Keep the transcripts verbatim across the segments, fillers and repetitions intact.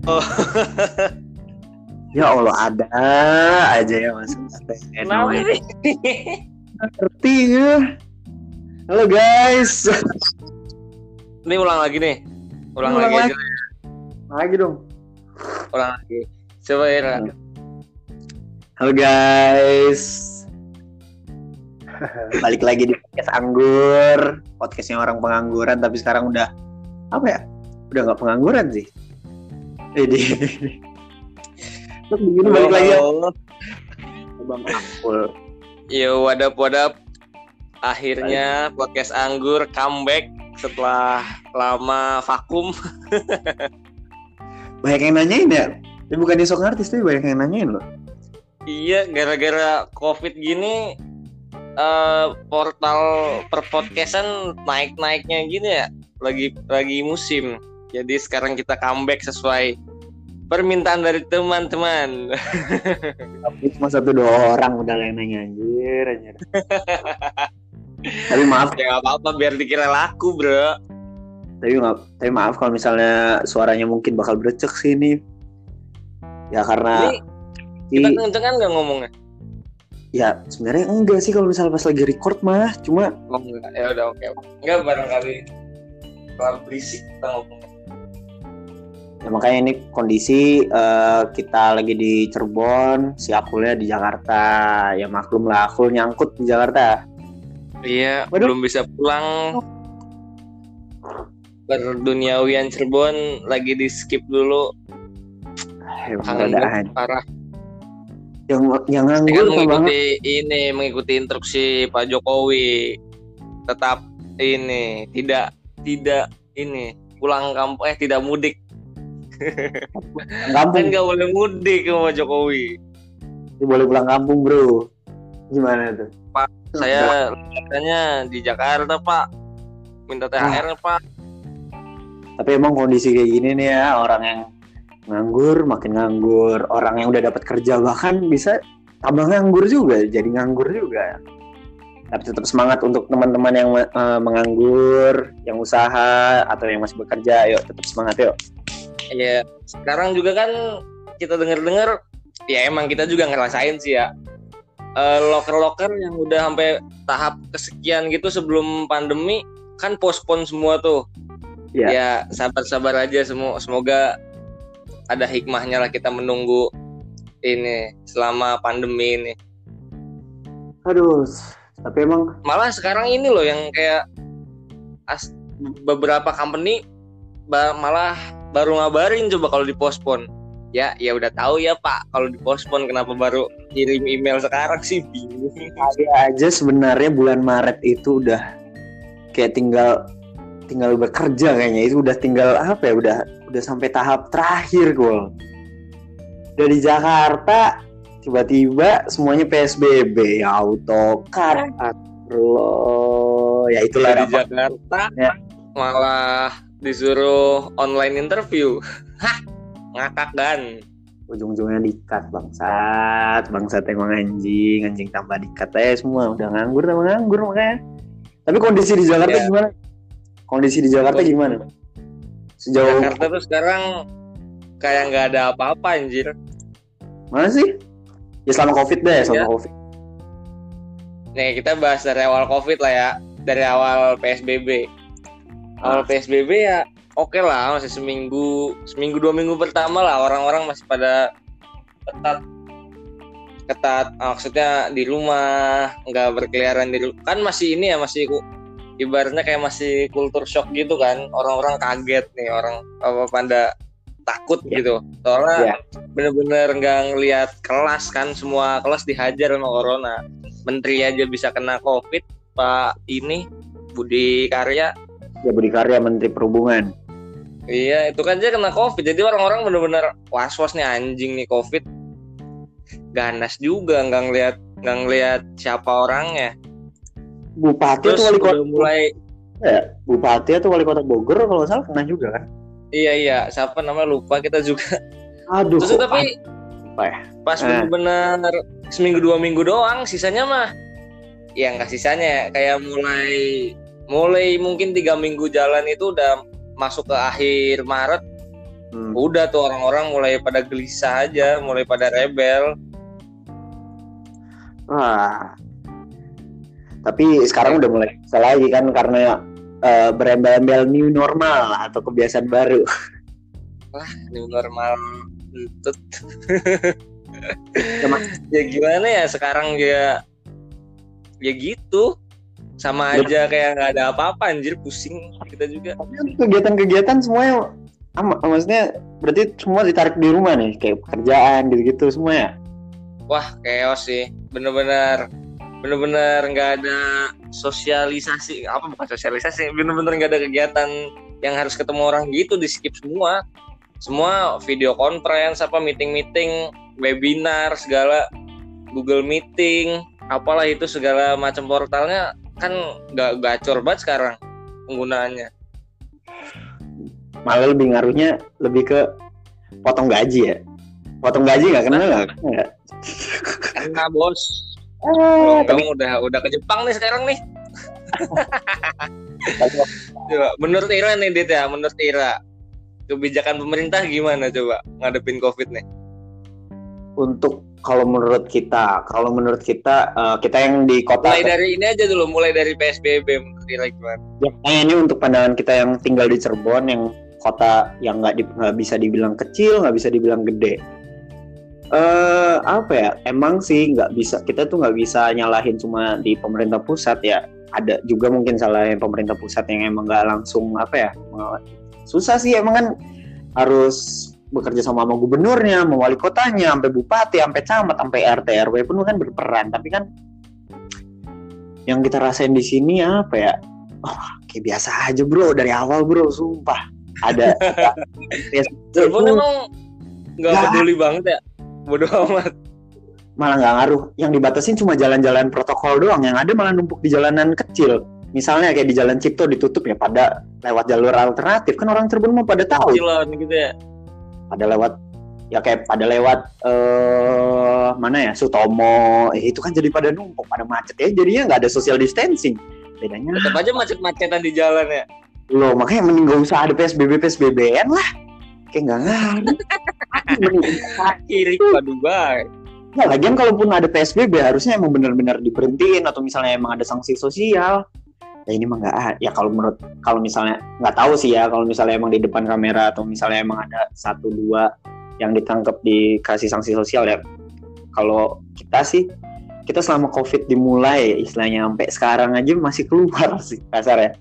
Oh. Ya Allah, ada aja ya masuk. Kenapa ini? Ngerti ya. Halo guys. Ini ulang lagi nih. Ulang, Ulang lagi, lagi. aja. Lagi dong. Ulang lagi. Coba ya. Halo guys. Balik lagi di podcast Anggur. Podcastnya orang pengangguran, tapi sekarang udah apa ya? Udah nggak pengangguran sih. Jadi terus begini balik lagi ya. Bang Akul. Yo, wadap wadap. Akhirnya podcast Anggur comeback setelah lama vakum. Banyak yang nanyain ya. Tapi bukan sok artis tapi banyak yang nanyain loh. Iya, gara-gara Covid gini uh, portal perpodcastan naik-naiknya gini ya. Lagi lagi musim. Jadi sekarang kita comeback sesuai permintaan dari teman-teman. Tapi cuma satu dua orang udah yang nanya anjir, anjir. Tapi maaf ya nggak apa-apa biar dikira laku bro. Tapi maaf, tapi maaf kalau misalnya suaranya mungkin bakal berecek sih ini. Ya karena ini kita kenceng kan nggak ngomongnya? Ya sebenarnya enggak sih kalau misalnya pas lagi record mah, cuma oh, enggak. Ya udah oke. Okay. Enggak barangkali terlalu berisik kita ngomongnya. Ya makanya ini kondisi uh, kita lagi di Cirebon, si Akulnya di Jakarta. Ya maklum lah, Akul nyangkut di Jakarta. Iya, Waduh. Belum bisa pulang. Berduniawian Cirebon lagi di skip dulu. Eh, Kangen banget, parah. Yang yang nganggur kan mengikuti banget. ini, mengikuti instruksi Pak Jokowi. Tetap ini, tidak tidak ini pulang kampung eh tidak mudik. Kampung kan nggak boleh mudik sama Jokowi. Ini boleh pulang kampung bro. Gimana tuh Pak? Saya katanya di Jakarta Pak, minta T H R ah. Pak. Tapi emang kondisi kayak gini nih ya, orang yang nganggur makin nganggur, orang yang udah dapat kerja bahkan bisa tambah nganggur juga, jadi nganggur juga. Tapi tetap semangat untuk teman-teman yang uh, menganggur, yang usaha atau yang masih bekerja, yuk tetap semangat yuk. Iya, sekarang juga kan kita dengar-dengar, ya emang kita juga ngerasain sih ya, uh, loker-loker yang udah sampai tahap kesekian gitu sebelum pandemi kan postpone semua tuh. Ya, ya sabar-sabar aja semua, semoga ada hikmahnya lah kita menunggu ini selama pandemi ini. Aduh, tapi emang malah sekarang ini loh yang kayak as, beberapa company ba, malah baru ngabarin coba kalau dipospon. Ya, ya udah tahu ya Pak kalau dipospon, kenapa baru kirim email sekarang sih, bingung. Ada aja sebenarnya bulan Maret itu udah kayak tinggal tinggal bekerja kayaknya, itu udah tinggal apa ya, udah udah sampai tahap terakhir gol. Dari Jakarta tiba-tiba semuanya P S B B, ya AutoCAD, Allah, ya itulah di Jakarta ya. Malah disuruh online interview. Hah, ngakak kan. Ujung-ujungnya dikat, bangsat, bangsat emang anjing, anjing tambah dikat aja semua, udah nganggur tambah nganggur makanya. Tapi kondisi di Jakarta ya. Gimana? Kondisi di Jakarta Kondisi. Gimana? Sejauh Jakarta tuh sekarang kayak nggak ada apa-apa anjir. Mana sih? Ya selama Covid deh, selama ya. Covid. Nih kita bahas dari awal Covid lah ya, dari awal P S B B. Awal ah. P S B B ya oke okay lah, masih seminggu, seminggu dua minggu pertama lah orang-orang masih pada ketat, ketat. Maksudnya di rumah, nggak berkeliaran di rumah. Kan masih ini ya, masih ibaratnya kayak masih kultur shock gitu kan, orang-orang kaget nih, orang apa pada takut yeah. gitu, soalnya yeah. bener-bener nggak ngelihat kelas kan, semua kelas dihajar sama corona. Menteri aja bisa kena Covid, Pak ini Budi Karya. Ya Budi Karya, Menteri Perhubungan. Iya, itu kan aja kena Covid, jadi orang-orang bener-bener was-was nih anjing nih Covid. Ganas juga, nggak ngelihat nggak ngelihat siapa orangnya. Bupati Terus atau wali kota mulai ya, Bupati atau wali kota Bogor kalau salah kena juga kan? Iya iya, siapa namanya lupa kita juga. Aduh. Terus tapi apa ya? Pas eh. benar seminggu dua minggu doang, sisanya mah ya nggak sisanya, kayak mulai mulai mungkin tiga minggu jalan itu udah masuk ke akhir Maret, hmm. udah tuh orang-orang mulai pada gelisah aja, mulai pada rebel. Wah. Tapi sekarang udah mulai bisa lagi kan karena uh, berembel-embel new normal atau kebiasaan baru. Wah, new normal entut. Ya gimana ya sekarang ya ya gitu. Sama aja kayak nggak ada apa-apa, anjir, pusing kita juga. Kegiatan-kegiatan semuanya am- maksudnya berarti semua ditarik di rumah nih, kayak pekerjaan gitu-gitu semua ya. Wah, chaos sih. Bener-bener bener-bener nggak ada sosialisasi, apa bukan sosialisasi, bener-bener nggak ada kegiatan yang harus ketemu orang gitu, di skip semua semua video conference, apa meeting-meeting, webinar segala, Google Meeting, apalah itu segala macam portalnya kan nggak gacor banget sekarang penggunaannya. Malah lebih ngaruhnya lebih ke potong gaji ya, potong gaji nggak kena nggak? Kena bos. Oh, kamu udah udah ke Jepang nih sekarang nih. Coba menurut Ira nih Dit ya, menurut Ira kebijakan pemerintah gimana coba ngadepin Covid nih? Untuk kalau menurut kita, kalau menurut kita uh, kita yang di kota. Mulai dari ini aja dulu, mulai dari P S B B menurut Ira gimana? Ya, ini untuk pandangan kita yang tinggal di Cirebon, yang kota yang nggak nggak bisa dibilang kecil, nggak bisa dibilang gede. Uh, apa ya, emang sih nggak bisa, kita tuh nggak bisa nyalahin cuma di pemerintah pusat ya, ada juga mungkin salahin pemerintah pusat yang emang nggak langsung apa ya, susah sih emang kan harus bekerja sama sama gubernurnya, sama wali kotanya, sampai bupati, sampai camat, sampai R T R W pun kan berperan. Tapi kan yang kita rasain di sini apa ya, oh, kayak biasa aja bro, dari awal bro, sumpah ada. Cirebon emang nggak peduli banget ya. Bodoh amat. Malah nggak ngaruh. Yang dibatasin cuma jalan-jalan protokol doang. Yang ada malah numpuk di jalanan kecil. Misalnya kayak di Jalan Cipto ditutup ya, pada lewat jalur alternatif. Kan orang Cirebon mau pada tahu. Kecilan gitu ya. Pada lewat ya kayak pada lewat uh, mana ya, Sutomo. Eh, itu kan jadi pada numpuk, pada macet ya. Jadinya nggak ada social distancing. Bedanya. Tetap aja macet-macetan di jalan ya. Loh, makanya mending nggak usah ada P S B B P S B B-an lah. Kayak nggak ngaruh. Kiri padu baik. Nah, lagian kalaupun ada P S B B harusnya emang benar-benar diberhentiin atau misalnya emang ada sanksi sosial. Ya ini mah nggak ada. Ya kalau menurut, kalau misalnya nggak tahu sih ya, kalau misalnya emang di depan kamera atau misalnya emang ada satu dua yang ditangkap dikasih sanksi sosial ya. Kalau kita sih, kita selama COVID dimulai istilahnya sampai sekarang aja masih keluar sih kasar ya.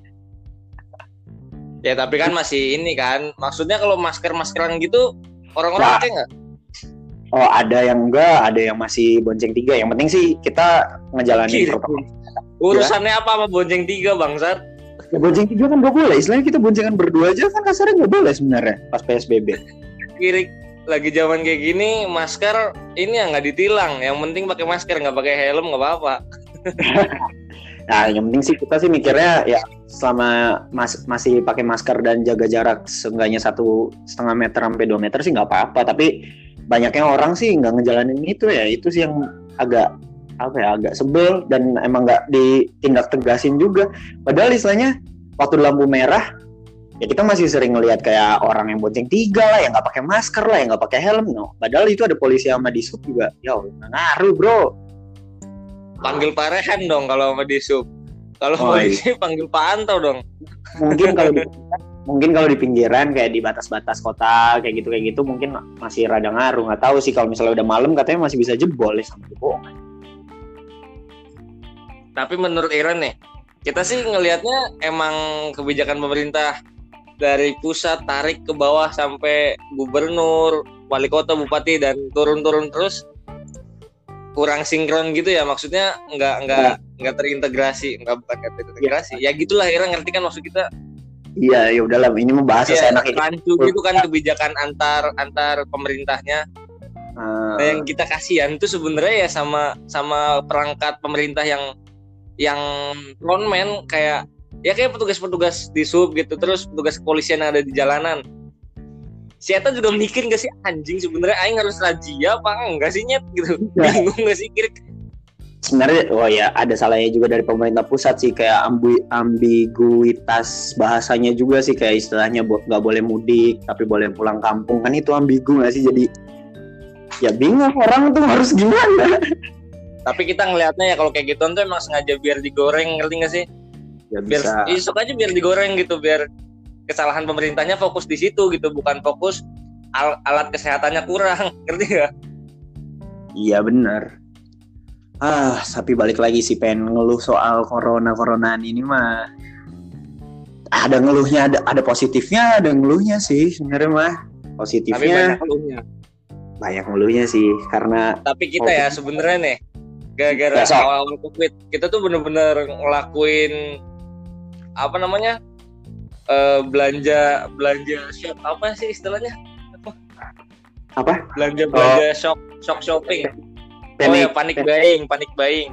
Ya tapi kan masih ini kan, maksudnya kalau masker-maskeran gitu orang-orang pakai nggak? Oh, ada yang enggak, ada yang masih bonceng tiga. Yang penting sih kita ngejalanin protokol. Urusannya apa sama bonceng tiga bangsat? Ya, bonceng tiga kan nggak boleh. Istilahnya kita boncengan berdua aja kan kasarnya nggak boleh sebenarnya pas P S B B. Kiri lagi zaman kayak gini masker ini ya nggak ditilang. Yang penting pakai masker, nggak pakai helm nggak apa-apa. Nah, yang penting sih kita sih mikirnya ya selama mas- masih pakai masker dan jaga jarak seenggaknya satu setengah meter sampai dua meter sih nggak apa-apa. Tapi banyaknya orang sih nggak ngejalanin itu ya, itu sih yang agak apa ya, agak sebel dan emang nggak ditindak tegasin juga. Padahal istilahnya waktu lampu merah ya kita masih sering ngelihat kayak orang yang bonceng tiga lah, yang nggak pakai masker lah, yang nggak pakai helm. No. Padahal itu ada polisi sama disub juga. Ya nggak ngaruh bro. Panggil Pak Rehan dong kalau sama disub. Kalau oh, polisi iya. panggil Pak Anto dong. Mungkin kalau di, mungkin kalau di pinggiran kayak di batas-batas kota kayak gitu kayak gitu mungkin masih rada ngaruh. Nggak tahu sih kalau misalnya udah malam katanya masih bisa jebol ya sama jebol. Tapi menurut Iren nih, kita sih ngelihatnya emang kebijakan pemerintah dari pusat tarik ke bawah sampai gubernur, wali kota, bupati dan turun-turun terus kurang sinkron gitu ya, maksudnya nggak nggak nggak terintegrasi, nggak bukan nggak terintegrasi, ya, ya gitulah Ira, ngerti kan maksud kita? Iya, ya udahlah, ini membahas ya, enak ini. Rancu gitu kan kebijakan antar antar pemerintahnya. Hmm. Nah, yang kita kasihan tuh sebenarnya ya sama sama perangkat pemerintah yang yang frontman kayak ya kayak petugas-petugas di sub gitu, terus petugas kepolisian yang ada di jalanan. Si Eta juga mikir nggak sih anjing sebenarnya aing harus razia apa enggak sih nyet gitu, ya. Bingung nggak sih kira sebenarnya oh ya ada salahnya juga dari pemerintah pusat sih, kayak ambi, ambiguitas bahasanya juga sih, kayak istilahnya nggak boleh mudik tapi boleh pulang kampung, kan itu ambigu nggak sih, jadi ya bingung orang tuh harus gimana. Tapi kita ngelihatnya ya kalau kayak gitu tuh emang sengaja biar digoreng, ngerti nggak sih? Ya Biar bisa. isuk aja biar digoreng gitu, biar kesalahan pemerintahnya fokus di situ gitu, bukan fokus al- alat kesehatannya kurang, ngerti nggak? Iya benar. Ah, tapi balik lagi sih pengen ngeluh soal corona-coronaan ini mah. Ada ngeluhnya, ada ada positifnya, ada ngeluhnya sih sebenarnya mah. Positifnya Tapi banyak keluhnya. banyak ngeluhnya sih karena Tapi kita ya sebenarnya nih gara-gara Ya, so. awal-awal Covid, kita tuh bener-bener ngelakuin apa namanya? Eh, belanja belanja shop apa sih istilahnya? apa? Belanja belanja shop shop shopping. Oh ya, panik buying, panik buying.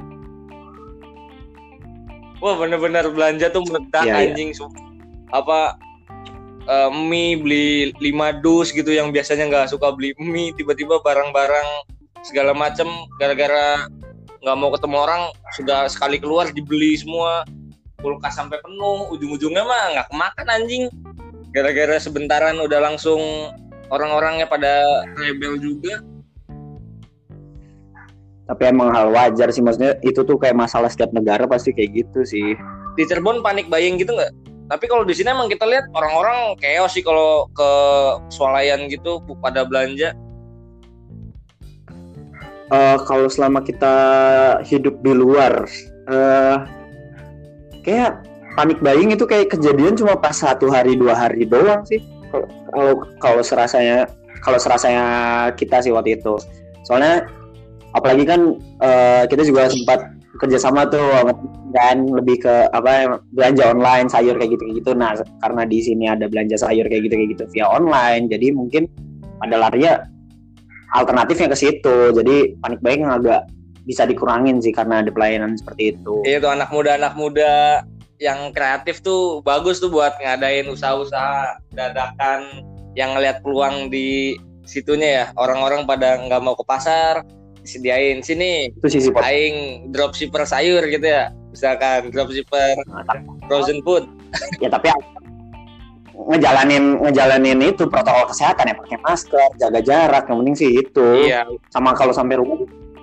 Wah bener-bener belanja tuh meledak Ya, ya. anjing. Apa uh, mie beli lima dus gitu yang biasanya nggak suka beli mie, tiba-tiba barang-barang segala macem gara-gara nggak mau ketemu orang sudah sekali keluar dibeli semua, kulkas sampai penuh, ujung-ujungnya mah nggak kemakan anjing. Gara-gara sebentaran udah langsung orang-orangnya pada rebel juga. Tapi emang hal wajar sih, maksudnya itu tuh kayak masalah setiap negara pasti kayak gitu sih. Di Cirebon panik buying gitu nggak? Tapi kalau di sini emang kita lihat orang-orang chaos sih kalau ke swalayan gitu pada belanja. Uh, kalau selama kita hidup di luar, uh, kayak panik buying itu kayak kejadian cuma pas satu hari dua hari doang sih. Kalau kalau serasanya kalau serasanya kita sih waktu itu. Soalnya apalagi kan uh, kita juga sempat kerjasama tuh kan, lebih ke apa belanja online sayur kayak gitu-gitu. Nah karena di sini ada belanja sayur kayak gitu-gitu via online, jadi mungkin pada larinya alternatifnya ke situ. Jadi panik buying agak bisa dikurangin sih karena ada pelayanan seperti itu. Iya tuh anak muda anak muda yang kreatif tuh bagus tuh buat ngadain usaha-usaha dadakan yang ngelihat peluang di situnya ya. Orang-orang pada nggak mau ke pasar, disediain sini Itu sisi positif. aing dropshipper sayur gitu ya, misalkan dropshipper frozen food. Ya tapi ngejalanin ngejalanin itu protokol kesehatan ya, pakai masker, jaga jarak, yang penting sih itu. Iya. Sama kalau sampai rumah.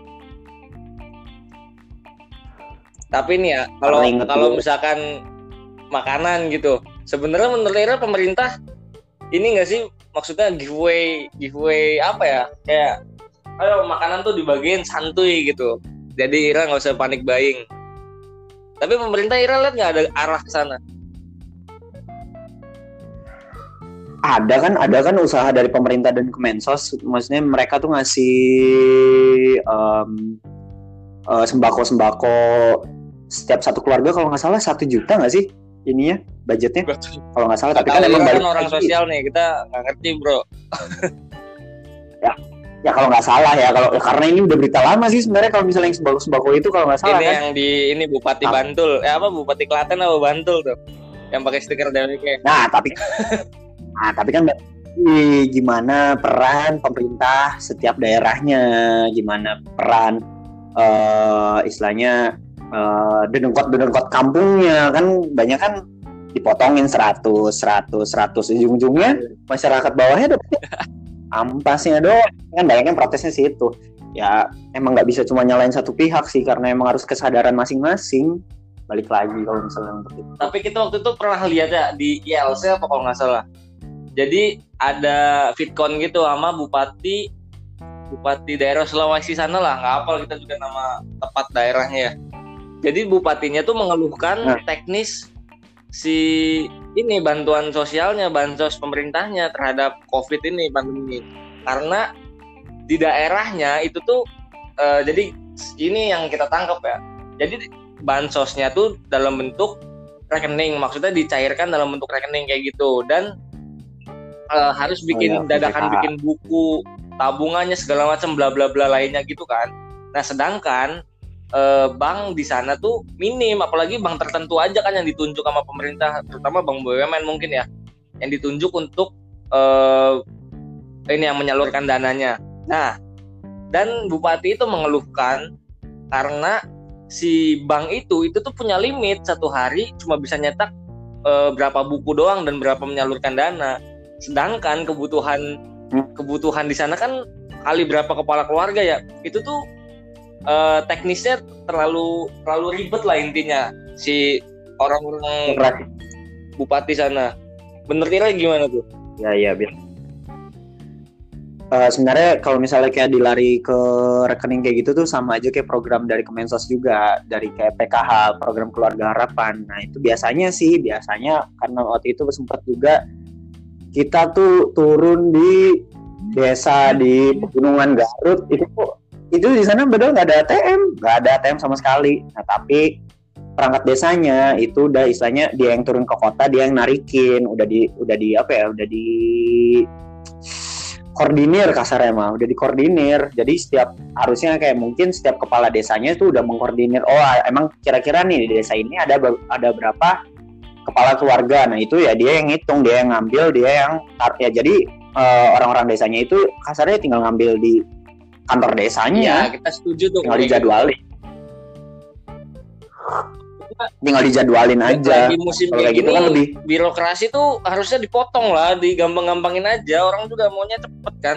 Tapi nih ya kalau kalau misalkan makanan gitu, sebenarnya menurut Ira pemerintah ini nggak sih maksudnya giveaway giveaway apa ya, kayak ayo makanan tuh dibagiin santuy gitu, jadi Ira nggak usah panik buying. Tapi pemerintah Ira lihat nggak ada arah ke sana? Ada kan, ada kan usaha dari pemerintah dan Kemensos, maksudnya mereka tuh ngasih um, uh, sembako-sembako setiap satu keluarga kalau nggak salah satu juta nggak sih ininya budgetnya kalau nggak salah. Tapi kan emang kan orang sosial nih, kita nggak ngerti bro. ya ya kalau nggak salah ya, kalau ya, karena ini udah berita lama sih sebenarnya kalau misalnya yang sembako-sembako itu kalau nggak salah ini kan yang di ini Bupati ah. Bantul ya apa Bupati Klaten apa Bantul tuh yang pakai stiker D W K. Nah tapi nah tapi kan gimana peran pemerintah setiap daerahnya, gimana peran uh, istilahnya uh, dedengkot-dedengkot kampungnya, kan banyak kan dipotongin seratus seratus seratus ujung-ujungnya masyarakat bawahnya dapat ampasnya doang kan. Banyaknya protesnya sih itu ya, emang nggak bisa cuma nyalain satu pihak sih karena emang harus kesadaran masing-masing. Balik lagi kalau misalnya itu. Tapi kita waktu itu pernah lihat ya di I L C apa kalau nggak salah, jadi ada Fitcon gitu sama bupati bupati daerah Sulawesi sana lah, nggak hafal kita juga nama tepat daerahnya ya. Jadi bupatinya tuh mengeluhkan nah. teknis si ini bantuan sosialnya, bansos pemerintahnya terhadap COVID ini, pandemi. Karena di daerahnya itu tuh uh, jadi ini yang kita tangkap ya. Jadi bansosnya tuh dalam bentuk rekening, maksudnya dicairkan dalam bentuk rekening kayak gitu, dan uh, harus bikin oh, ya, dadakan mereka. Bikin buku tabungannya segala macam bla bla bla lainnya gitu kan. Nah sedangkan uh, bank di sana tuh minim, apalagi bank tertentu aja kan yang ditunjuk sama pemerintah, terutama bank B U M N mungkin ya, yang ditunjuk untuk uh, ini yang menyalurkan dananya. Nah dan bupati itu mengeluhkan karena si bank itu itu tuh punya limit satu hari cuma bisa nyetak e, berapa buku doang dan berapa menyalurkan dana. Sedangkan kebutuhan kebutuhan di sana kan kali berapa kepala keluarga ya. Itu tuh e, teknisnya terlalu terlalu ribet lah intinya si orang-orang bupati sana. Bener kira gimana tuh? Ya ya biar. Uh, sebenarnya kalau misalnya kayak dilari ke rekening kayak gitu tuh sama aja kayak program dari Kemensos juga, dari kayak P K H, program Keluarga Harapan. Nah itu biasanya sih, biasanya karena waktu itu sempat juga kita tuh turun di desa di Pegunungan Garut, itu itu di sana padahal nggak ada A T M, nggak ada A T M sama sekali. Nah tapi perangkat desanya itu udah istilahnya dia yang turun ke kota, dia yang narikin, udah di udah di apa ya, udah di koordinir kasarnya mah, udah dikoordinir. Jadi setiap harusnya kayak mungkin setiap kepala desanya itu udah mengkoordinir. Oh emang kira-kira nih di desa ini ada ada berapa kepala keluarga. Nah itu ya dia yang ngitung, dia yang ngambil, dia yang ya jadi uh, orang-orang desanya itu kasarnya tinggal ngambil di kantor desanya. Ya kita setuju tuh. Tinggal dijadwalin. Tinggal dijadwalin aja. Di musim kayak gini gitu kan lebih birokrasi tuh harusnya dipotong lah, digampang-gampangin aja. Orang juga maunya cepet kan.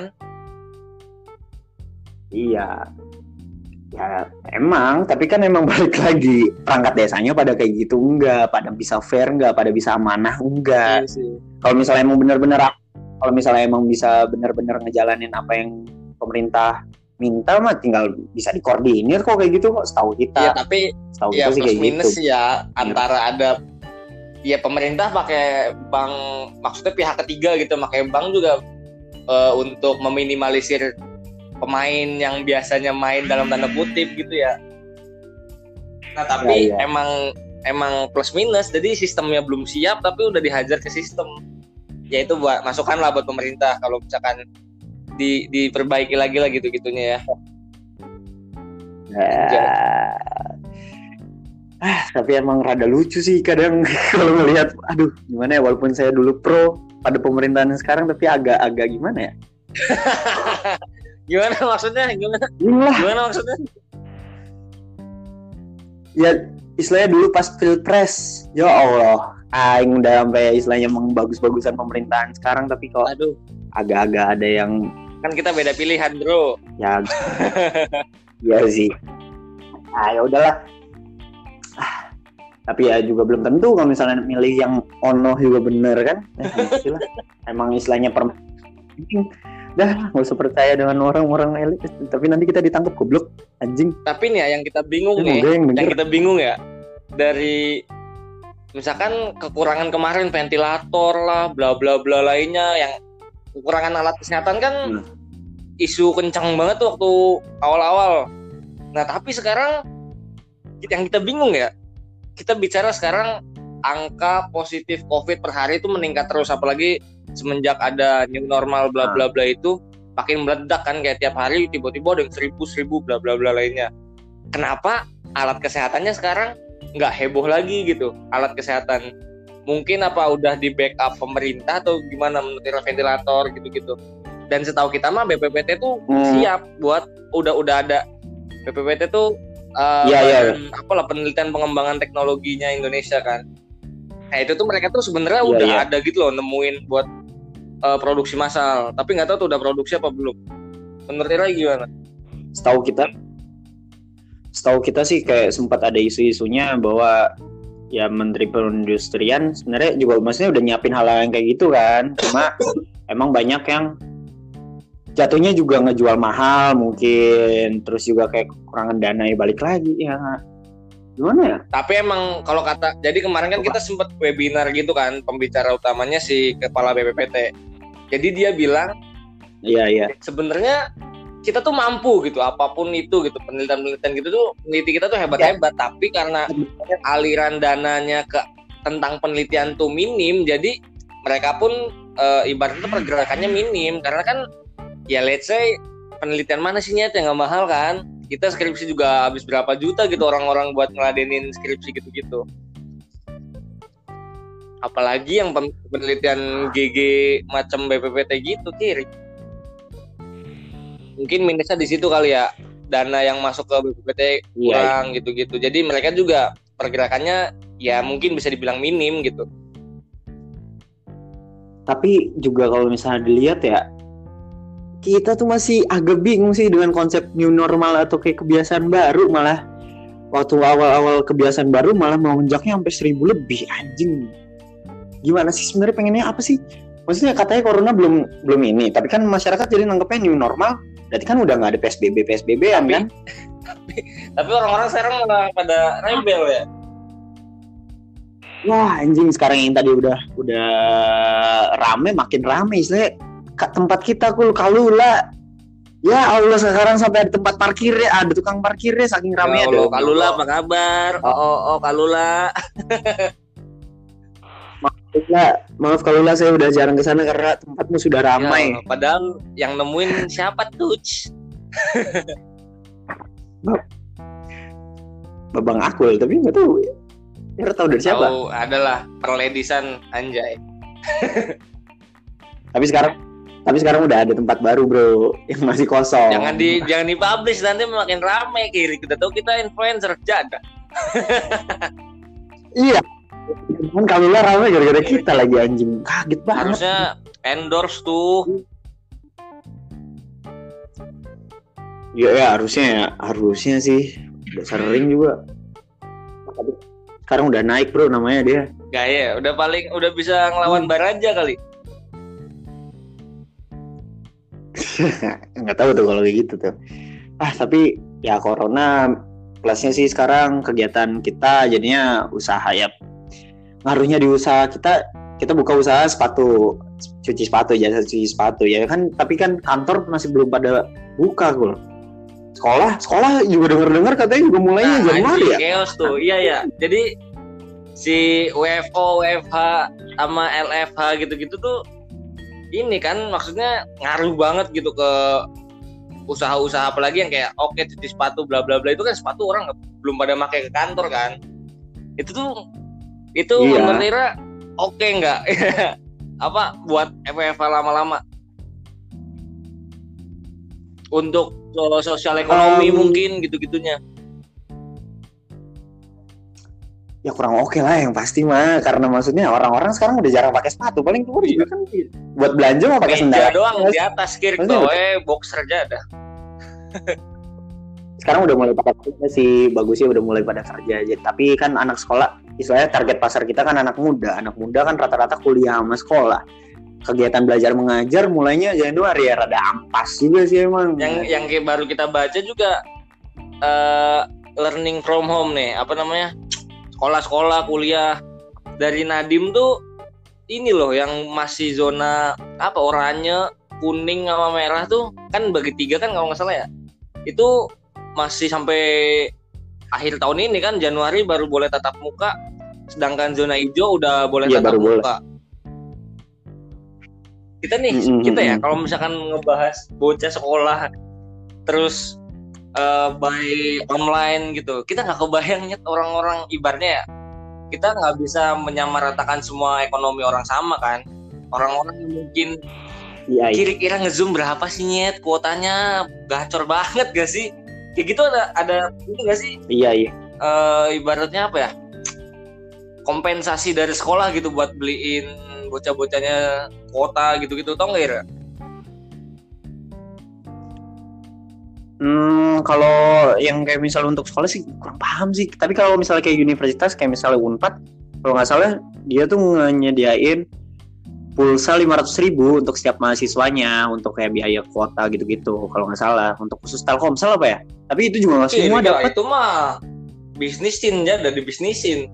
Iya. Ya emang, tapi kan emang balik lagi perangkat desanya pada kayak gitu enggak, pada bisa fair enggak, pada bisa amanah enggak. Iya, kalau misalnya emang benar-benar kalau misalnya emang bisa benar-benar ngejalanin apa yang pemerintah minta mah tinggal bisa dikoordinir kok kayak gitu kok setahu kita. Ya tapi setahu ya kita sih plus kayak minus gitu. Ya antara ada ya pemerintah pakai bank, maksudnya pihak ketiga gitu, pakai bank juga uh, untuk meminimalisir pemain yang biasanya main dalam tanda kutip gitu ya. Nah tapi ya, ya. emang emang plus minus, jadi sistemnya belum siap tapi udah dihajar ke sistem. Ya itu buat masukan lah buat pemerintah kalau misalkan di diperbaiki lagi lah gitu-gitunya ya. Nah, ah, tapi emang rada lucu sih kadang kalau ngelihat, aduh gimana ya, walaupun saya dulu pro pada pemerintahan sekarang tapi agak-agak gimana ya? Gimana maksudnya? Gimana? Gimana? Gimana maksudnya? Ya istilahnya dulu pas pilpres, ya Allah, aing udah sampai istilahnya mengbagus-bagusan pemerintahan sekarang, tapi kok aduh agak-agak ada yang kan kita beda pilihan bro. Ya, ya sih. Ah ya udahlah. Ah, tapi ya juga belum tentu kalau misalnya milih yang ono juga bener kan. Eh, emang istilahnya per. Dah, nggak usah percaya dengan orang-orang elit. Tapi nanti kita ditangkap goblok, anjing. Tapi nih ya yang kita bingung nih, yang, yang kita bingung ya dari misalkan kekurangan kemarin ventilator lah, bla bla bla lainnya, yang kekurangan alat kesehatan kan hmm. isu kencang banget tuh waktu awal-awal. Nah tapi sekarang yang kita bingung ya, kita bicara sekarang angka positif COVID per hari itu meningkat terus, apalagi semenjak ada new normal bla bla bla itu makin meledak kan, kayak tiap hari tiba-tiba ada seribu seribu bla bla bla lainnya. Kenapa alat kesehatannya sekarang nggak heboh lagi gitu alat kesehatan? Mungkin apa udah di backup pemerintah atau gimana, menurut ventilator gitu-gitu. Dan setahu kita mah B P P T tuh hmm. siap buat udah udah ada B P P T tuh uh, ya, ya. apalah penelitian pengembangan teknologinya Indonesia kan. Nah itu tuh mereka tuh sebenarnya ya, udah ya. ada gitu loh nemuin buat uh, produksi massal. Tapi nggak tahu tuh udah produksi apa belum. Menurut Ira gimana? Setahu kita, setahu kita sih kayak sempat ada isu-isunya bahwa ya Menteri Perindustrian sebenarnya juga maksudnya udah nyiapin hal yang kayak gitu kan, cuma emang banyak yang jatuhnya juga ngejual mahal mungkin, terus juga kayak kekurangan dana ya balik lagi ya gimana ya. Tapi emang kalau kata, jadi kemarin kan kita sempat webinar gitu kan, pembicara utamanya si kepala B P P T, jadi dia bilang iya iya sebenarnya kita tuh mampu gitu, apapun itu gitu, penelitian-penelitian gitu tuh, peneliti kita tuh hebat-hebat, ya. Tapi karena aliran dananya ke tentang penelitian tuh minim, jadi mereka pun e, ibaratnya pergerakannya minim, karena kan ya let's say penelitian mana sih nyet yang nggak mahal kan? Kita skripsi juga habis berapa juta gitu orang-orang buat ngeladenin skripsi gitu-gitu. Apalagi yang penelitian G G macam B P P T gitu, kiri. Mungkin minusnya di situ kali ya. dana yang masuk ke B P P T kurang yeah. gitu-gitu. Jadi mereka juga pergerakannya ya mungkin bisa dibilang minim gitu. Tapi juga kalau misalnya dilihat ya, kita tuh masih agak bingung sih dengan konsep new normal atau kayak kebiasaan baru. Malah waktu awal-awal kebiasaan baru malah melonjaknya sampai seribu lebih, anjing. Gimana sih sebenarnya, pengennya apa sih? Maksudnya katanya corona belum belum ini, tapi kan masyarakat jadi nanggepnya new normal. Berarti kan udah nggak ada P S B B P S B B tapi, kan? Tapi, tapi orang-orang sekarang malah pada rebel ya. Wah anjing, sekarang yang tadi udah udah rame makin rame sih. Tempat kita kul Kalula. Ya Allah, sekarang sampai ada tempat parkirnya, ada tukang parkirnya saking rame ya ada. Kalula apa kabar? Oh oh, oh Kalula. Maaf, maaf Kalula, saya udah jarang kesana karena tempatmu sudah ramai. Ya, padahal yang nemuin siapa tuh? Babang Akul, tapi nggak tahu. Ya tahu dari siapa? Tahu, adalah perledisan anjay. Tapi sekarang, tapi sekarang udah ada tempat baru bro, yang masih kosong. Jangan di, jangan dipublish, nanti makin ramai kiri. Kita tahu kita influencer jaga. Iya. Kan kalau lah ramai gara-gara kita lagi, anjing, kaget banget. Harusnya endorse tuh. Ya ya harusnya ya, harusnya sih. Udah sering juga. Sekarang udah naik bro namanya dia. Gaya, udah paling udah bisa ngelawan Baraja kali. Nggak tahu tuh kalau kayak gitu tuh. Ah tapi ya corona plusnya sih sekarang kegiatan kita jadinya usaha ya. Ngaruhnya di usaha kita, kita buka usaha sepatu, cuci sepatu, jasa cuci sepatu ya kan. Tapi kan kantor masih belum pada buka kul. Sekolah, sekolah juga dengar-dengar katanya juga mulainya nah, Januari ya. Chaos tuh, iya ya. Jadi si W F O, W F H sama L F H gitu-gitu tuh ini kan maksudnya ngaruh banget gitu ke usaha-usaha, apalagi yang kayak oke okay, cuci sepatu bla bla bla, itu kan sepatu orang belum pada pakai ke kantor kan. Itu tuh itu iya. Menurut Ira oke okay nggak? Apa buat W F H lama-lama untuk sosial ekonomi um, mungkin gitu-gitunya. Ya kurang oke okay lah yang pasti mah, karena maksudnya orang-orang sekarang udah jarang pakai sepatu, paling keluar juga kan buat belanja mau pakai sendal doang di atas kiri bawah boxer aja ada. Sekarang udah mulai pada kerja sih, bagusnya udah mulai pada kerja aja. Tapi kan anak sekolah, istilahnya target pasar kita kan anak muda, anak muda kan rata-rata kuliah sama sekolah. Kegiatan belajar mengajar mulainya Januari ya, rada ampas juga sih emang. Yang yang kayak baru kita baca juga uh, learning from home nih, apa namanya? Sekolah-sekolah, kuliah dari Nadiem tuh ini loh yang masih zona apa oranye, kuning sama merah tuh kan bagi tiga kan kalau nggak salah ya. Itu masih sampai akhir tahun ini kan, Januari baru boleh tatap muka, sedangkan zona hijau udah boleh ya, tatap muka. Boleh. Kita nih, mm-hmm. kita ya kalau misalkan ngebahas bocah sekolah terus uh, by online gitu, kita nggak kebayang nyet orang-orang ibaratnya ya, kita nggak bisa menyamaratakan semua ekonomi orang sama kan. Orang-orang mungkin ya, kira-kira ngezoom berapa sih nyet, kuotanya gacor banget gak sih? Kayak gitu ada ada itu gak sih? Iya iya. Uh, ibaratnya apa ya? Kompensasi dari sekolah gitu buat beliin bocah-bocahnya kuota gitu-gitu, tau nggak Ira? Hmm, kalau yang kayak misalnya untuk sekolah sih kurang paham sih. Tapi kalau misalnya kayak universitas kayak misalnya Unpad, kalau nggak salah dia tuh nyediain pulsa lima ratus ribu untuk setiap mahasiswanya untuk kayak biaya kuota gitu-gitu. Kalau nggak salah untuk khusus Telkomsel apa ya? Tapi itu juga nggak semua dapat. Itu mah bisnisin ya, dari bisnisin.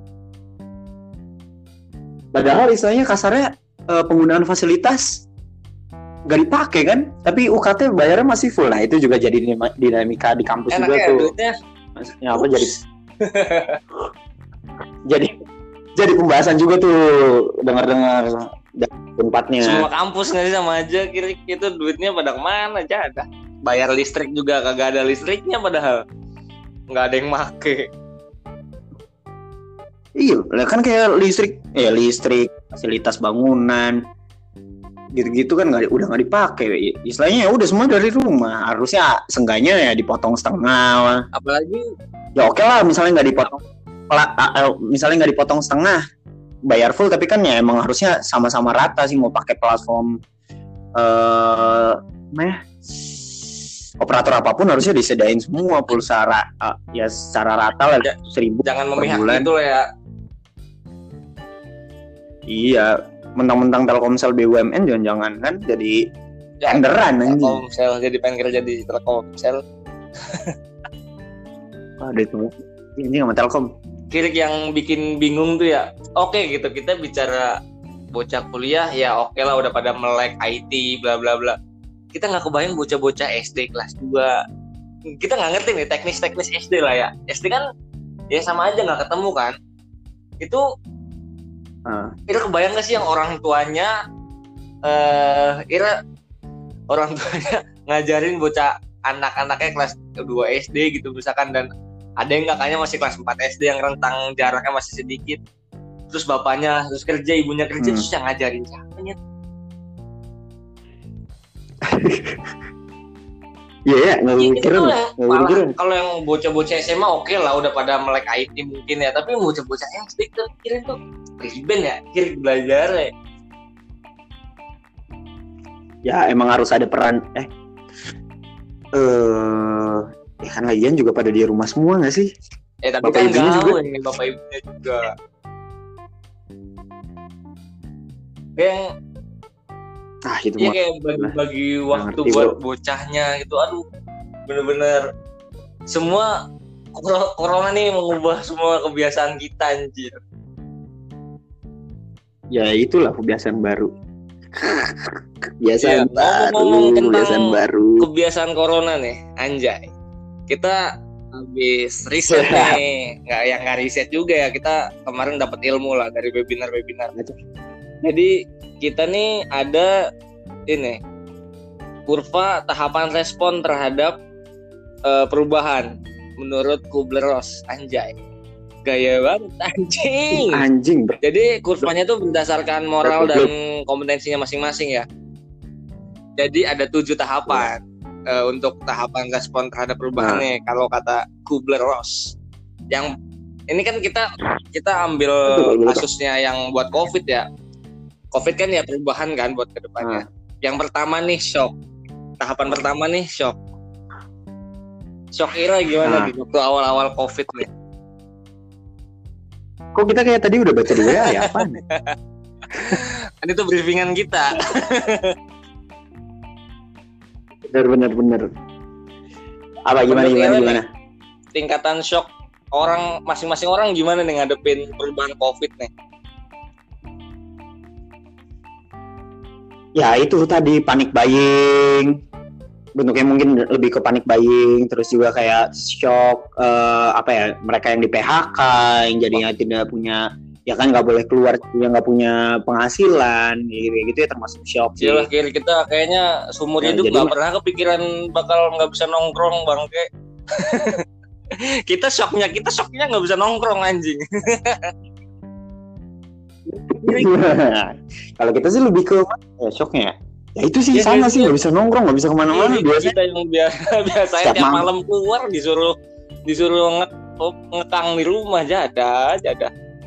Padahal istilahnya kasarnya uh, penggunaan fasilitas gak dipakai kan, tapi U K T bayarnya masih full. Nah itu juga jadi dinamika di kampus enak juga ya, tuh. Duitnya. Maksudnya apa jadi jadi jadi pembahasan juga tuh dengar-dengar tempatnya. Semua kampus nggak sih sama aja, kira itu duitnya pada kemana aja ada. Bayar listrik juga kagak ada listriknya, padahal nggak ada yang make. Iya, kan kayak listrik, ya listrik, fasilitas bangunan, gitu-gitu kan nggak, udah nggak dipakai. Istilahnya ya udah semua dari rumah. Harusnya seenggaknya ya dipotong setengah. Apalagi ya oke lah, misalnya nggak dipotong, misalnya nggak dipotong setengah, bayar full, tapi kan ya emang harusnya sama-sama rata sih. Mau pakai platform eh meh operator apapun harusnya disediain semua pulsa ra, ya secara rata lah ya, seribu jangan per memihak bulan. gitu ya. Iya, mentang-mentang Telkomsel B U M N jangan-jangan kan jadi Ya, tenderan anjing. Telkomsel jadi pengen kerja di Telkomsel. Ada itu. Ini sama Telkom. Kirik yang bikin bingung tuh ya. Oke gitu, kita bicara bocah kuliah ya oke lah udah pada melek I T bla bla bla. Kita nggak kebayang bocah-bocah S D kelas dua. Kita nggak ngerti nih teknis-teknis S D lah ya. S D kan ya sama aja nggak ketemu kan. Itu Uh. Ira kebayang gak sih yang orang tuanya uh, Ira orang tuanya ngajarin bocah anak-anaknya kelas dua S D gitu misalkan, dan ada yang kakaknya masih kelas empat S D yang rentang jaraknya masih sedikit, terus bapaknya terus kerja, ibunya kerja, hmm. terus yang ngajarin siapanya? Iya ya, nggak mikirin. Kalau yang bocah-bocah S M A oke okay lah, udah pada melek I T mungkin ya, tapi bocah-bocah yang S D tuh kirim tuh riben ya, kirim belajar ya. Ya emang harus ada peran eh eh ya kan lagian juga pada di rumah semua nggak sih? Eh tapi bapak kan gaul nih bapak ibunya juga. Yang ah itu ya kayak bagi-bagi waktu buat bro. Bocahnya gitu, aduh bener-bener semua corona nih mengubah semua kebiasaan kita anjir. Ya itulah kebiasaan baru. Kebiasaan ya, baru, ngomong tentang kebiasaan baru. Kebiasaan corona nih, anjay. Kita habis riset nih, nggak yang nggak riset juga ya. Kita kemarin dapat ilmu lah dari webinar-webinar. Jadi kita nih ada ini kurva tahapan respon terhadap uh, perubahan menurut Kubler-Ross, anjay. Gaya banget anjing. Anjing. Bro. Jadi kurvanya tuh berdasarkan moral dan kompetensinya masing-masing ya. Jadi ada tujuh tahapan uh, untuk tahapan respon terhadap perubahan nih, kalau kata Kubler-Ross. Yang ini kan kita kita ambil kasusnya yang buat COVID ya. COVID kan ya perubahan kan buat kedepannya. Hmm. Yang pertama nih shock. Tahapan pertama nih shock. Shock Ira gimana hmm. di waktu awal-awal COVID nih? Kok kita kayak tadi udah baca dulu ya? Apaan? Kan itu briefingan kita. Bener-bener bener. Apa gimana gimana gimana? Tingkatan shock orang masing-masing orang gimana nih ngadepin perubahan COVID nih? Ya itu tadi panic buying, bentuknya mungkin lebih ke panic buying, terus juga kayak shock uh, apa ya, mereka yang di P H K yang jadinya oh. tidak punya, ya kan nggak boleh keluar, yang nggak punya penghasilan gitu, gitu ya termasuk shock sih. Iyalah kira kita kayaknya seumur ya, hidup nggak pernah kepikiran bakal nggak bisa nongkrong bangke. Kita shocknya kita shocknya nggak bisa nongkrong anjing. Kalau kita sih lebih ke ya, shocknya ya itu sih ya, sama sih nggak bisa nongkrong, nggak bisa kemana-mana. Ya, biasanya kita yang biasa biasanya tiap malam. malam keluar disuruh disuruh nge- ngekang di rumah jada jada.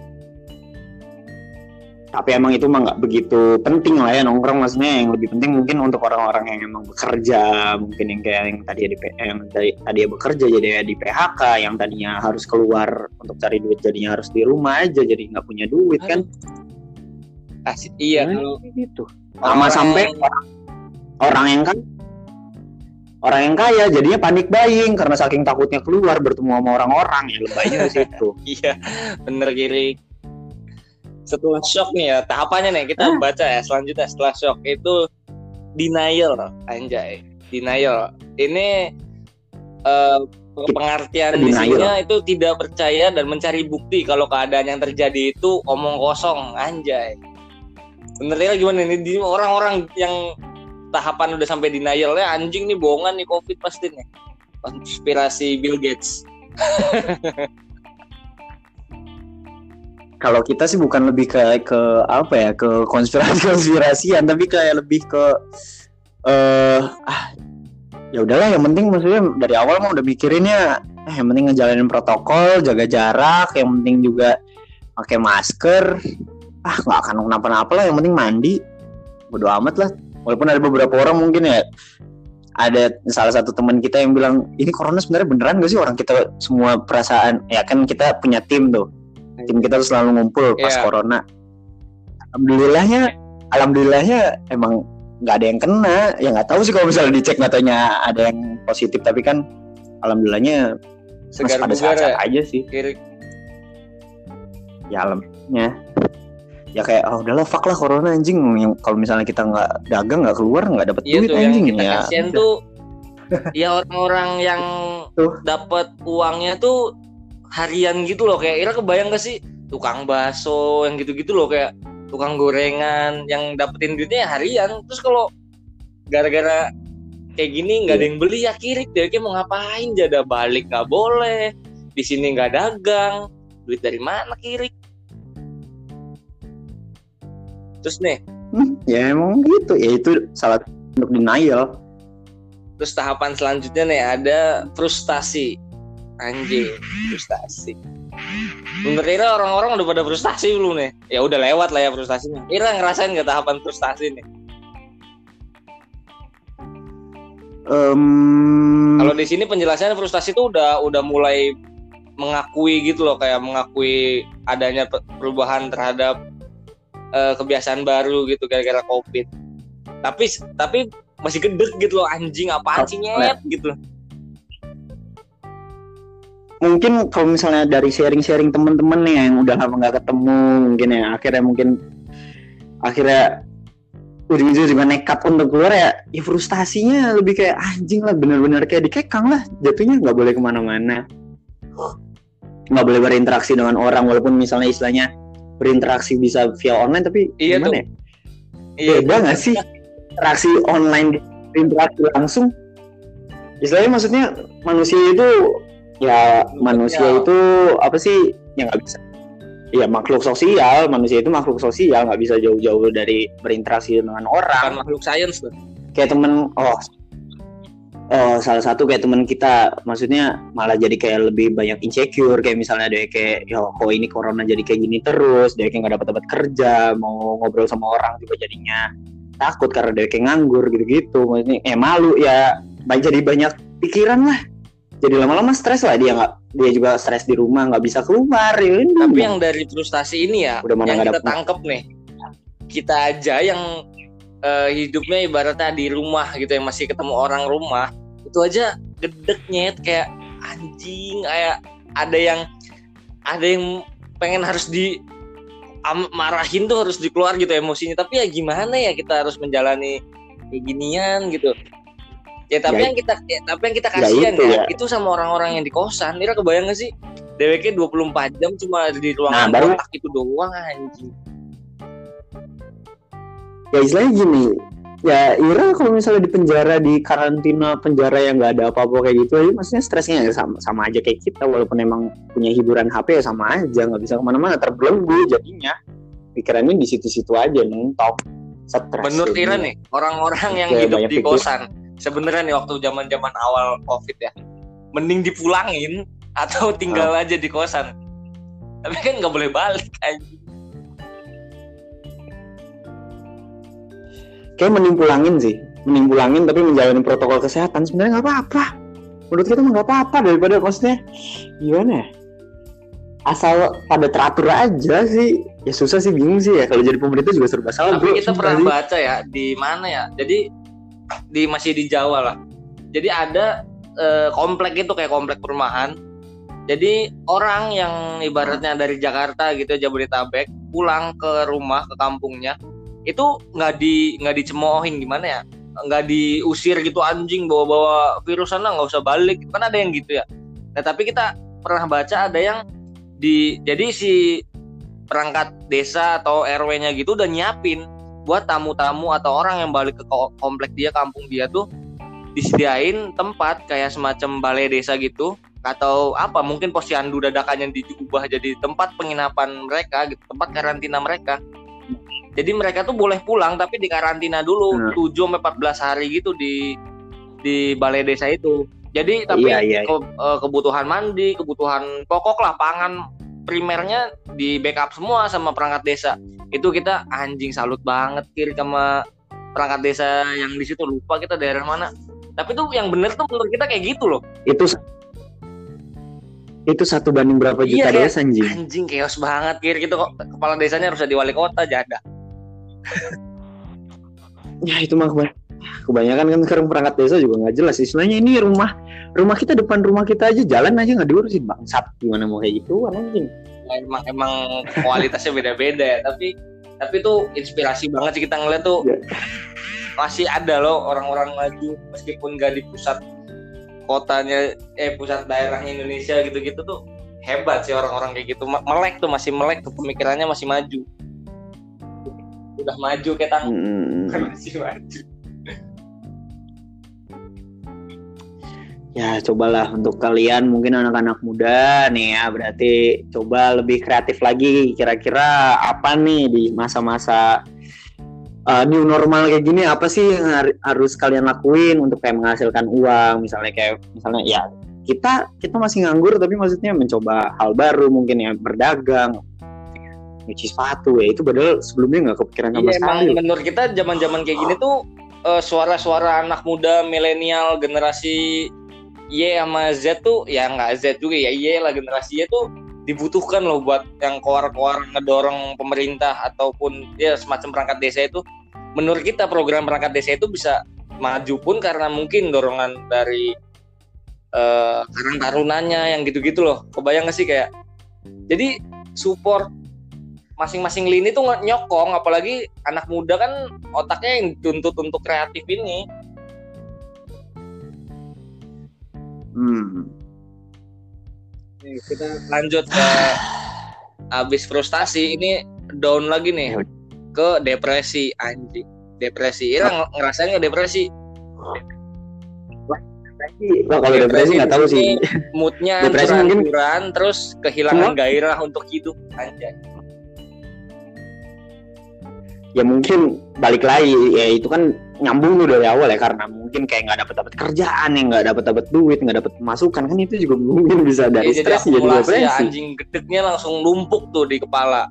Tapi emang itu mah nggak begitu penting lah ya nongkrong, maksudnya yang lebih penting mungkin untuk orang-orang yang emang bekerja, mungkin yang kayak yang tadi di yang tadi tadi ya bekerja jadi ya di P H K, yang tadinya harus keluar untuk cari duit jadinya harus di rumah aja jadi nggak punya duit. Aduh. Kan Asik, iya nah, gitu. Sama sampai orang, orang yang kan orang yang kaya jadinya panik buying karena saking takutnya keluar bertemu sama orang-orang, ya lebaynya di situ. Iya, bener Kiri. Setelah shock nih ya, tahapannya nih kita Hah? baca ya selanjutnya. Setelah shock itu denial, anjay, denial. Ini uh, pengertian di sininya itu tidak percaya dan mencari bukti kalau keadaan yang terjadi itu omong kosong, anjay. Benernya gimana nih di orang-orang yang tahapan udah sampai denial ya, anjing nih bohongan nih COVID pasti nih. Konspirasi Bill Gates. kalau kita sih bukan lebih ke ke apa ya, ke konspirasi-konspirasian, tapi kayak lebih ke eh uh, ah ya udahlah, yang penting maksudnya dari awal mah udah mikirinnya eh yang penting ngejalanin protokol, jaga jarak, yang penting juga pakai masker. Ah nggak akan kenapa-napa lah, yang penting mandi, bodo amat lah. Walaupun ada beberapa orang mungkin ya, ada salah satu teman kita yang bilang ini corona sebenarnya beneran gak sih, orang kita semua perasaan ya kan, kita punya tim tuh, tim kita tuh selalu ngumpul pas yeah. corona. Alhamdulillahnya, alhamdulillahnya emang nggak ada yang kena. Ya nggak tahu sih kalau misalnya dicek katanya ada yang positif, tapi kan alhamdulillahnya masih pada sehat-sehat ya? Aja sih. Kiri. Ya alhamdulillah. Ya kayak oh udahlah fuck lah corona anjing, yang kalau misalnya kita nggak dagang, nggak keluar, nggak dapat duit tuh, anjing yang kita ya. Kasian tuh ya orang-orang yang dapat uangnya tuh harian gitu loh, kayak Ira kebayang gak sih tukang bakso yang gitu-gitu loh, kayak tukang gorengan yang dapetin duitnya harian, terus kalau gara-gara kayak gini nggak ada yang beli ya kirik deh, kayak mau ngapain, jada balik nggak boleh, di sini nggak dagang, duit dari mana kirik. Terus nih, hmm, ya emang gitu, ya itu salah untuk denial. Terus tahapan selanjutnya nih ada frustasi, anjing, frustasi. Menurut Ira orang-orang udah pada frustasi belum nih? Ya udah lewat lah ya frustasinya. Ira ngerasain nggak tahapan frustasi nih? Um... Kalau di sini penjelasannya frustasi itu udah udah mulai mengakui gitu loh, kayak mengakui adanya perubahan terhadap kebiasaan baru gitu gara-gara COVID. Tapi tapi masih gedeg gitu loh, anjing apaan sih nyet gitu. Mungkin kalau misalnya dari sharing-sharing teman-teman nih yang udah lama nggak ketemu, mungkin ya akhirnya mungkin akhirnya ujung-ujung juga nekat untuk keluar ya, ya frustasinya lebih kayak anjing lah, benar-benar kayak dikekang lah jatuhnya, nggak boleh kemana-mana, nggak boleh berinteraksi dengan orang, walaupun misalnya istilahnya berinteraksi bisa via online, tapi iya gimana tuh. Ya? Iya, beda nggak sih interaksi online interaksi langsung? Istilahnya maksudnya manusia itu ya manusia ya. Itu apa sih yang nggak bisa? Iya makhluk sosial, manusia itu makhluk sosial, nggak bisa jauh-jauh dari berinteraksi dengan orang. Bukan makhluk sains tuh. Kayak temen, oh Oh, salah satu kayak teman kita, maksudnya malah jadi kayak lebih banyak insecure, kayak misalnya dia kayak, yo kok ini corona jadi kayak gini terus, dia kayak nggak dapat dapat kerja, mau ngobrol sama orang juga jadinya takut karena dia kayak nganggur gitu-gitu, maksudnya eh malu ya, baik jadi banyak pikiran lah, jadi lama-lama stres lah dia, nggak dia juga stres di rumah, nggak bisa keluar. Ya, tapi yang dari frustasi ini ya, udah yang kita tangkep nih, kita aja yang Uh, hidupnya ibaratnya di rumah gitu, yang masih ketemu orang rumah, itu aja gedeknya kayak anjing, kayak ada yang ada yang pengen harus di am, marahin tuh harus dikeluar gitu emosinya, tapi ya gimana ya, kita harus menjalani kayak ginian gitu ya. Tapi ya, yang kita ya, tapi yang kita kasihan ya, itu, ya, ya itu sama orang-orang yang di kosan. Ira kebayang gak sih D W K dua puluh empat jam cuma di ruangan nah, kotak itu doang, anjing. Ya istilahnya gini, ya Ira kalau misalnya di penjara, di karantina penjara yang nggak ada apa-apa kayak gitu aja, maksudnya stresnya sama, sama aja kayak kita, walaupun emang punya hiburan H P ya sama aja, nggak bisa kemana-mana, terbelenggu jadinya, pikirannya di situ-situ aja, nontok, stres. Menurut Ira nih, orang-orang yang kayak hidup di kosan, sebenarnya nih waktu zaman-zaman awal COVID ya, mending dipulangin atau tinggal oh. aja di kosan, tapi kan nggak boleh balik aja. Kayak mending pulangin sih, mending pulangin tapi menjalani protokol kesehatan, sebenarnya nggak apa-apa. Menurut kita mah nggak apa-apa, daripada maksudnya gimana ya? Asal pada teratur aja sih. Ya susah sih, bingung sih ya. Kalau jadi pemerintah juga serba salah. Tapi bro, kita pernah sih baca ya di mana ya? Jadi di masih di Jawa lah. Jadi ada e, komplek itu kayak komplek perumahan. Jadi orang yang ibaratnya dari Jakarta gitu, Jabodetabek, pulang ke rumah, ke kampungnya, itu nggak di nggak dicemoohin, gimana ya, nggak diusir gitu, anjing bawa-bawa virus sana nggak usah balik, kan ada yang gitu ya. Nah tapi kita pernah baca ada yang di jadi si perangkat desa atau R W-nya gitu udah nyiapin buat tamu-tamu atau orang yang balik ke komplek dia, kampung dia tuh, disediain tempat kayak semacam balai desa gitu, atau apa, mungkin posyandu dadakan yang diubah jadi tempat penginapan mereka gitu, tempat karantina mereka. Jadi mereka tuh boleh pulang tapi di karantina dulu hmm. tujuh sampai empat belas hari gitu di di balai desa itu. Jadi tapi iya, iya. Ke, kebutuhan mandi, kebutuhan pokok lah, pangan primernya di backup semua sama perangkat desa. Itu kita anjing salut banget kiri sama perangkat desa yang di situ, lupa kita daerah mana. Tapi tuh yang bener tuh menurut kita kayak gitu loh. Itu itu satu banding berapa juta iya, desa anjing. Anjing chaos banget kiri gitu kok. Kepala desanya harus di wali kota jada. Ya itu mah kebanyakan kan sekarang perangkat desa juga nggak jelas. Istilahnya ini rumah rumah kita, depan rumah kita aja jalan aja nggak diurusin, bangsat. Gimana mau kayak gitu anjing. Ya, emang emang kualitasnya beda-beda ya. Tapi tapi tuh inspirasi banget sih kita ngeliat tuh. Ya. Masih ada loh orang-orang maju meskipun nggak di pusat kotanya, eh pusat daerahnya Indonesia gitu-gitu tuh hebat sih orang-orang kayak gitu. Melek tuh, masih melek tuh, pemikirannya masih maju. Udah maju kayak tang hmm. masih maju. Ya cobalah untuk kalian mungkin anak-anak muda nih ya, berarti coba lebih kreatif lagi. Kira-kira apa nih di masa-masa Uh, new normal kayak gini, apa sih yang har- harus kalian lakuin untuk kayak menghasilkan uang, misalnya kayak misalnya ya kita kita masih nganggur tapi maksudnya mencoba hal baru mungkin ya, berdagang, nyuci sepatu ya, itu padahal sebelumnya nggak kepikiran sama iya, sekali. Emang menurut kita zaman-zaman kayak gini tuh uh, suara-suara anak muda milenial generasi Y sama Z tuh ya, nggak Z juga ya, Y lah, generasi Y tuh dibutuhkan loh buat yang koar-koar ngedorong pemerintah ataupun ya semacam perangkat desa itu. Menurut kita program perangkat desa itu bisa maju pun karena mungkin dorongan dari uh, karang tarunanya yang gitu-gitu loh. Kebayang gak sih kayak, jadi support masing-masing lini tuh nyokong, apalagi anak muda kan otaknya yang dituntut untuk kreatif ini. Hmm. Kita lanjut ke abis frustasi ini down lagi nih ke depresi anjing. Depresi, Ira ngerasain nggak depresi? Nah, kalau depresi nggak tahu sih. Moodnya hancur-hancuran, terus kehilangan gairah untuk hidup anjay. Ya mungkin balik lagi ya, itu kan nyambung tuh dari awal ya, karena mungkin kayak nggak dapat dapat kerjaan, yang nggak dapat dapat duit, nggak dapat pemasukan, kan itu juga mungkin bisa dari ya, stres jadi depresi. Ya, anjing gedeknya langsung numpuk tuh di kepala.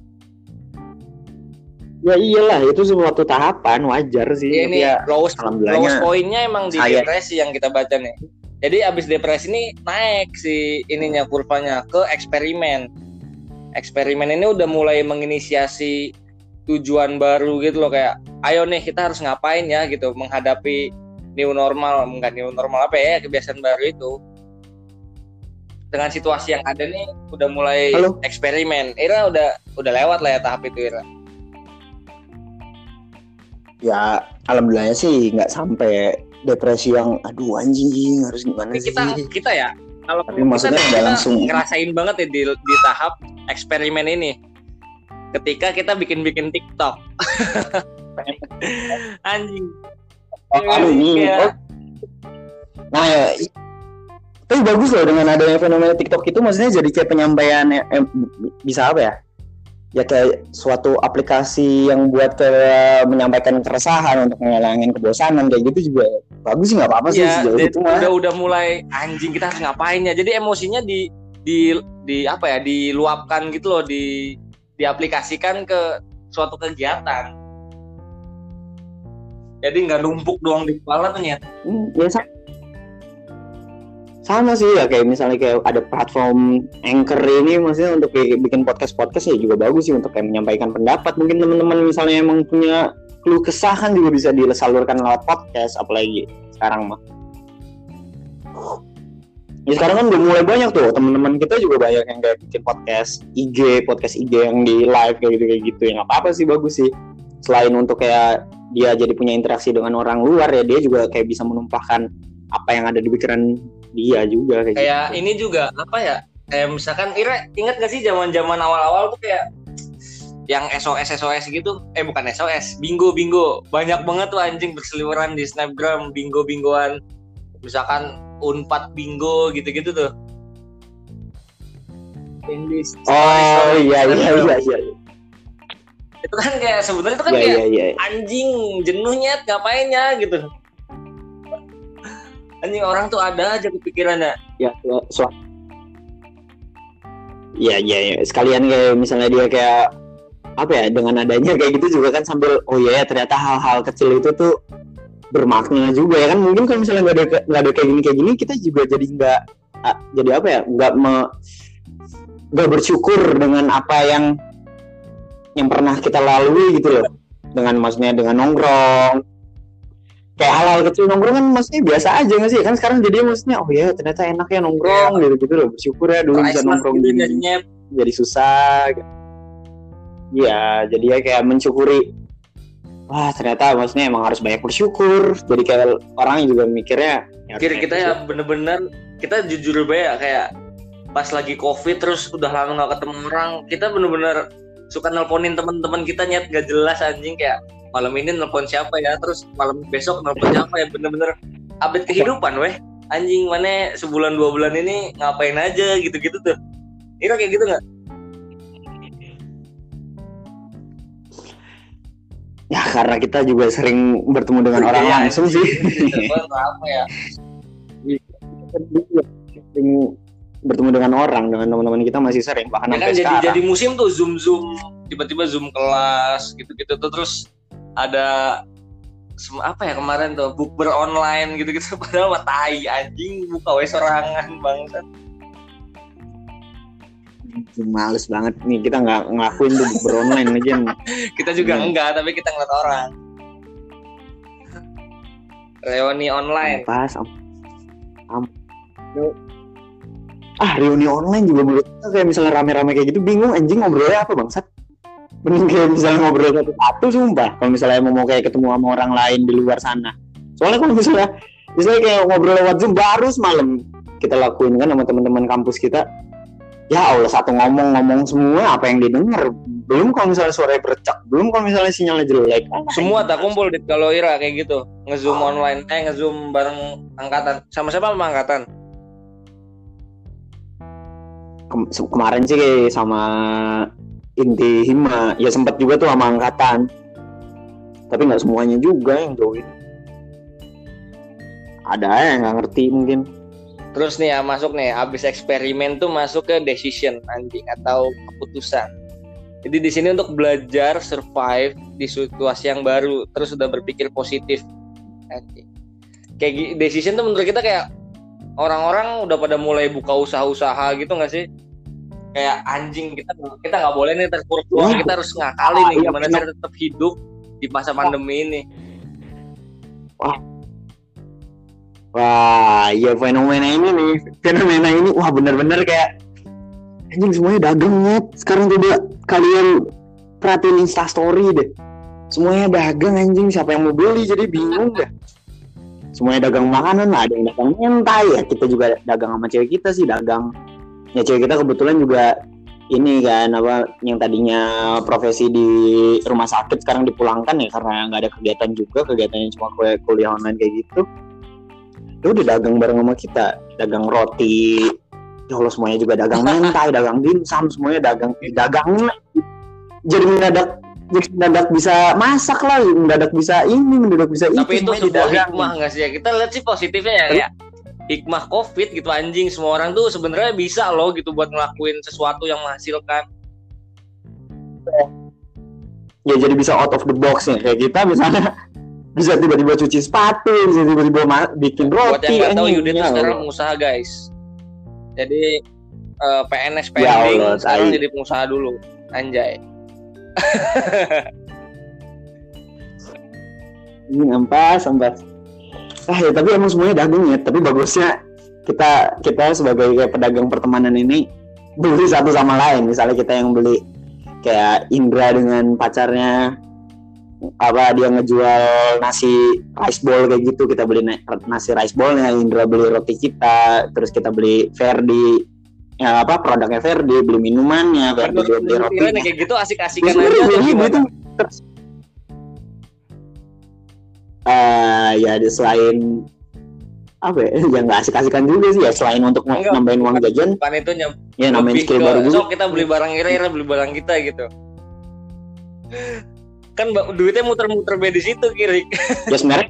Ya iyalah, itu suatu tahapan, wajar sih. Ya, ini ya, lowest, lowest pointnya emang di saya. Depresi yang kita baca nih. Jadi abis depresi ini naik si ininya kurvanya ke eksperimen. Eksperimen ini udah mulai menginisiasi tujuan baru gitu loh, kayak ayo nih kita harus ngapain ya gitu menghadapi new normal, enggak new normal apa ya, kebiasaan baru itu. Dengan situasi yang ada nih udah mulai Halo? eksperimen. Ira udah udah lewat lah ya tahap itu, Ira. Ya alhamdulillah sih nggak sampai depresi yang aduh anjing harus gimana sih. Kita kita ya kalau tapi maksudnya kita, langsung ngerasain banget ya di, di tahap eksperimen ini. Ketika kita bikin-bikin TikTok. Anjing. Oh, ini. Oh. Nah, ya. Tapi bagus loh dengan adanya fenomena TikTok itu, maksudnya jadi kayak penyampaian eh, bisa apa ya? Ya kayak suatu aplikasi yang buat ke, menyampaikan keresahan untuk menghilangin kebosanan kayak gitu juga bagus sih, nggak apa-apa sih ya, sejauh itu mah. Udah udah mulai anjing kita harus ngapain ya. Jadi emosinya di di di apa ya? Diluapkan gitu loh, di diaplikasikan ke suatu kegiatan. Jadi nggak numpuk doang di kepala ternyata. Hmm, ya sama. Sama sih ya, kayak misalnya kayak ada platform Anchor ini, maksudnya untuk kayak bikin podcast-podcast ya juga bagus sih untuk kayak menyampaikan pendapat. Mungkin teman-teman misalnya emang punya keluh kesah kan juga bisa disalurkan lewat podcast, apalagi sekarang mah. Ya sekarang kan udah mulai banyak tuh teman-teman kita juga banyak yang kayak bikin podcast I G, podcast I G yang di live kayak gitu kayak gitu. Ya nggak apa-apa sih, bagus sih. Selain untuk kayak dia jadi punya interaksi dengan orang luar ya, dia juga kayak bisa menumpahkan apa yang ada di pikiran dia juga kayak, kayak gitu. Ini juga apa ya? Kayak misalkan Ira ingat gak sih zaman-zaman awal-awal tuh kayak yang S O S S O S gitu, eh bukan S O S, bingo bingo banyak banget tuh anjing berseliweran di Snapgram, bingo bingoan. Misalkan Unpad bingo gitu-gitu tuh. English. Oh iya iya iya iya. Itu kan kayak sebenarnya itu kan Iya, kayak iya, iya. anjing jenuhnya ngapainnya gitu. Anjing orang tuh ada aja kepikirannya. Ya, ya, so, ya, ya, ya, sekalian kayak misalnya dia kayak apa ya, dengan adanya kayak gitu juga kan sambil oh iya ya ternyata hal-hal kecil itu tuh bermakna juga ya kan. Mungkin kalau misalnya nggak ada nggak ada kayak gini kayak gini kita juga jadi nggak ah, jadi apa ya nggak me, nggak bersyukur dengan apa yang yang pernah kita lalui gitu loh, dengan maksudnya dengan nongkrong kayak hal-hal kecil nongkrong kan maksudnya biasa aja nggak sih kan sekarang jadi maksudnya oh ya ternyata enak ya nongkrong gitu gitu loh, bersyukur ya dulu bisa nongkrong gitu, gini jadi susah ya jadi ya kayak mensyukuri wah ternyata maksudnya emang harus banyak bersyukur jadi kayak orang juga mikirnya ya, kira kita ya bener-bener kita jujur ya kayak pas lagi covid terus udah lama nggak ketemu orang kita bener-bener suka nelponin teman-teman kita nyet gak jelas anjing kayak malam ini nelpon siapa ya terus malam besok nelpon siapa ya bener-bener update kehidupan weh anjing mana sebulan dua bulan ini ngapain aja gitu-gitu tuh Ira kayak gitu nggak? Ya karena kita juga sering bertemu dengan orang ya, langsung sih. Apa ya? Sering bertemu dengan orang, dengan teman-teman kita masih sering bahkan ya sampai kan jadi, sekarang. jadi musim tuh zoom zoom tiba-tiba zoom kelas gitu-gitu tuh terus ada apa ya kemarin tuh bukber online gitu-gitu padahal mah tai anjing buka wes sorangan bangsat. Males banget nih kita nggak ngelakuin tuh bukber online aja. Kita juga hmm. enggak tapi kita ngeliat orang. Reuni online. Pas. Am, am, ah reuni online juga menurut kita kayak misalnya rame-rame kayak gitu bingung anjing ngobrolnya apa bangsat. Mending kayak misalnya ngobrol satu-satu sumpah kalau misalnya mau, mau kayak ketemu sama orang lain di luar sana. Soalnya kalau misalnya misalnya kayak ngobrol lewat Zoom baru semalam kita lakuin kan sama teman-teman kampus kita. Ya Allah satu ngomong-ngomong semua apa yang didengar. Belum kalau misalnya suaranya bercak, belum kalau misalnya sinyalnya jelek. Semua tak kumpul dit kalau Ira kayak gitu. Nge-zoom oh. online, eh nge-zoom bareng angkatan. Sama siapa sama angkatan? Kem- kemarin sih sama inti hima, ya sempat juga tuh sama angkatan. Tapi nggak semuanya juga yang join. Ada yang nggak ngerti mungkin. Terus nih ya masuk nih, abis eksperimen tuh masuk ke decision anjing atau keputusan. Jadi di sini untuk belajar survive di situasi yang baru, terus udah berpikir positif. Anjing. Kayak decision tuh menurut kita kayak orang-orang udah pada mulai buka usaha-usaha gitu nggak sih? Kayak anjing kita kita nggak boleh nih terpuruk doang, kita harus ngakali nih gimana cara tetap hidup di masa pandemi ini. Wah. Wah, ya fenomena ini nih, fenomena ini, wah benar-benar kayak anjing semuanya dagang nyet. Sekarang coba kalian perhatiin Instastory deh, semuanya dagang anjing. Siapa yang mau beli jadi bingung deh. Semuanya dagang makanan, ada yang dagang mentai ya. Kita juga dagang sama cewek kita sih dagang. Ya cewek kita kebetulan juga ini kan apa yang tadinya profesi di rumah sakit sekarang dipulangkan ya karena nggak ada kegiatan juga, kegiatannya cuma kuliah online kayak gitu. Dia udah dagang bareng sama kita, dagang roti, ya Allah semuanya juga dagang mentai, dagang dimsum, semuanya dagang, dagang jadi mendadak, jadi mendadak bisa masak lah, mendadak bisa ini, mendadak bisa itu. Tapi itu sebuah hikmah nggak sih ya? Kita lihat sih positifnya ya, kayak hikmah COVID gitu anjing, semua orang tuh sebenarnya bisa loh gitu buat ngelakuin sesuatu yang menghasilkan. Ya jadi bisa out of the box nih, kayak kita misalnya. Bisa tiba-tiba cuci sepatu, bisa tiba-tiba ma- bikin roti. Buat yang nggak tahu, Yudi tuh sekarang pengusaha guys. Jadi uh, P N S pending, ya sekarang jadi pengusaha dulu, anjay. Ini ampas, ampas. Ah ya tapi emang semuanya dagang ya. Tapi bagusnya kita kita sebagai kayak pedagang pertemanan ini beli satu sama lain. Misalnya kita yang beli kayak Indra dengan pacarnya. Apa dia ngejual nasi rice bowl kayak gitu, kita beli nasi rice bowlnya, Indra beli roti kita, terus kita beli Ferdi ya apa produknya Ferdi, beli minumannya, Ferdi beli, beli roti kayak gitu asik-asikan aja tuh gimana? Uh, ya selain apa ya, ya nggak asik-asikan juga sih ya, selain untuk Enggak, nambahin uang jajan bukan itu nyam, ya nambahin skill baru juga. So kita beli barang ira-ira, beli barang kita gitu kan, duitnya muter-muter be di situ kiri. Ya sebenarnya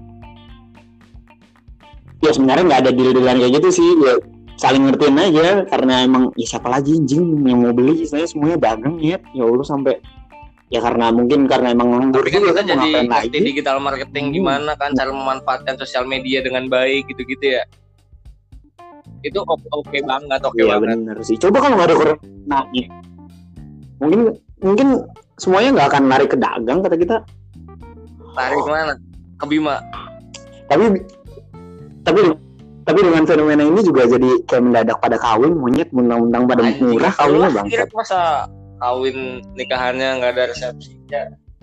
ya sebenarnya nggak ada deal-dealan kayak gitu sih ya, saling ngertiin aja karena emang ya siapa lagi anjing yang mau beli, saya semuanya dagang ya ya Allah sampai ya karena mungkin karena emang nganggur kan juga kita kan, jadi ngerti digital marketing hmm. gimana kan cara memanfaatkan sosial media dengan baik gitu-gitu ya, itu oke oke banget oke ya, banget bener sih. Coba kalau nggak ada corona nih mungkin mungkin semuanya nggak akan lari ke dagang kata kita. Lari oh. Kemana? Ke Bima. Tapi tapi tapi dengan fenomena ini juga jadi kayak mendadak pada kawin monyet, mentang-mentang pada anjing, murah kawinnya bangsat. Masa kawin nikahannya nggak ada resepsinya.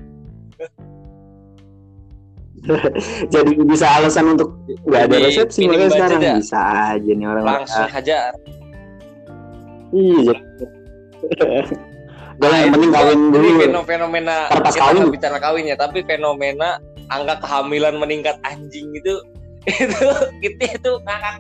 Jadi bisa alasan untuk nggak ada resepsi makanya sekarang ya? Bisa aja nih orang langsung hajar. Iya. Gak yang penting kawin dulu. Fenomena pas kawin bicara kawinnya, tapi fenomena angka kehamilan meningkat anjing itu itu kita itu ngakak.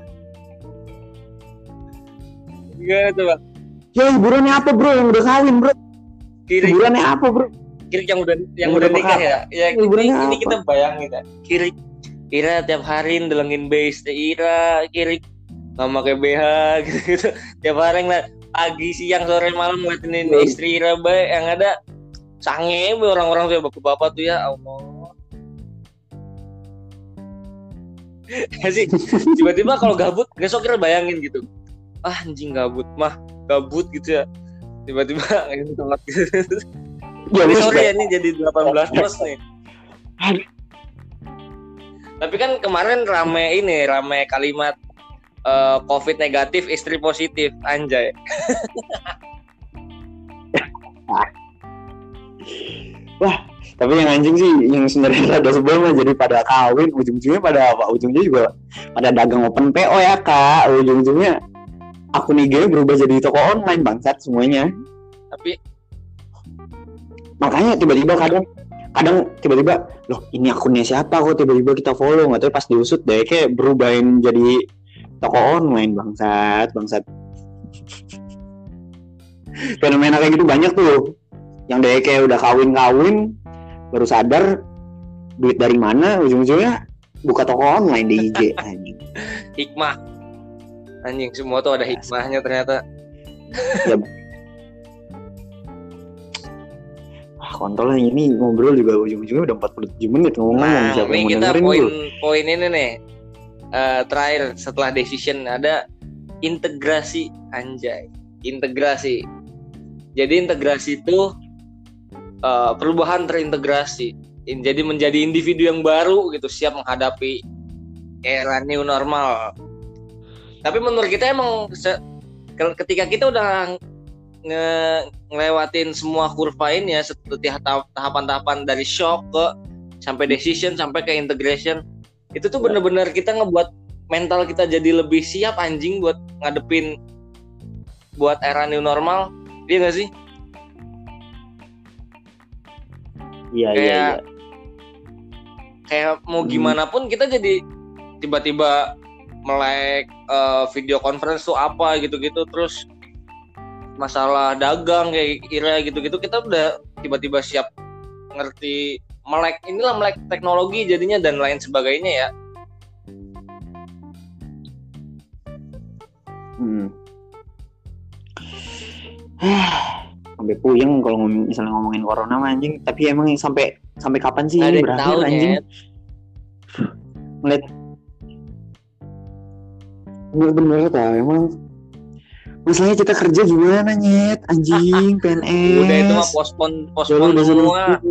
Gimana tuh bang? Ya hiburannya apa bro yang udah kawin bro? Kiri. Hiburannya apa bro? Kiri yang udah yang, yang udah nikah ya? Ya ini, ini kita bayangin kan. Kiri Ira tiap hari ndelengin base Ira, Kiri nggak pakai B H gitu-gitu. Tiap hari ngeliat pagi siang sore malam ngeliatin hmm. istri Ira baik, yang ada sange orang-orang tuh bapak-bapak tuh ya Allah. Ya sih, tiba-tiba kalau gabut besok kira bayangin gitu, ah anjing gabut mah gabut gitu ya, tiba-tiba gitu telat gitu. Ya, ini sorry ya, ini jadi delapan belas plus nih. Tapi kan kemarin rame ini rame kalimat uh, COVID negatif istri positif anjay. Wah, tapi yang anjing sih yang sebenarnya ada sebelumnya jadi pada kawin, ujung-ujungnya pada apa? Ujungnya juga pada dagang open P O ya kak, ujung-ujungnya akun I G berubah jadi toko online bangsat semuanya. Tapi makanya tiba-tiba kadang kadang tiba-tiba loh ini akunnya siapa kok tiba-tiba kita follow, nggak tahu pas diusut deh kayak berubahin jadi toko online bangsat bangsat. Fenomena kayak gitu banyak tuh. Yang deh kayak udah kawin-kawin baru sadar duit dari mana, ujung-ujungnya buka toko online di I G anjing. Hikmah anjing, semua tuh ada hikmahnya ternyata. Ya. Ah kontol ini ngobrol juga ujung-ujungnya udah empat puluh tujuh menit ngomong-ngomong. Nah, ini kita poin poin ini nih uh, terakhir setelah decision ada integrasi anjay. Integrasi. Jadi integrasi itu Uh, perubahan terintegrasi, jadi menjadi individu yang baru gitu, siap menghadapi era new normal. Tapi menurut kita emang se- ketika kita udah nge- ngelewatin semua kurva ini ya, seperti tahapan-tahapan dari shock ke sampai decision sampai ke integration, itu tuh benar-benar kita ngebuat mental kita jadi lebih siap anjing buat ngadepin buat era new normal. Iya nggak sih? Iya iya iya. Kayak mau gimana pun kita jadi tiba-tiba melek uh, video conference tuh apa gitu-gitu, terus masalah dagang kayak Ira gitu-gitu kita udah tiba-tiba siap ngerti melek inilah melek teknologi jadinya dan lain sebagainya ya. Hmm. Sampai puyeng kalau ngomong, misalnya ngomongin corona anjing, tapi emang sampai sampai kapan sih ini berakhir anjing? Ngeliat bener-bener tau emang masalahnya kita kerja gimana nyet anjing P N S udah itu mah pospon pospon semua.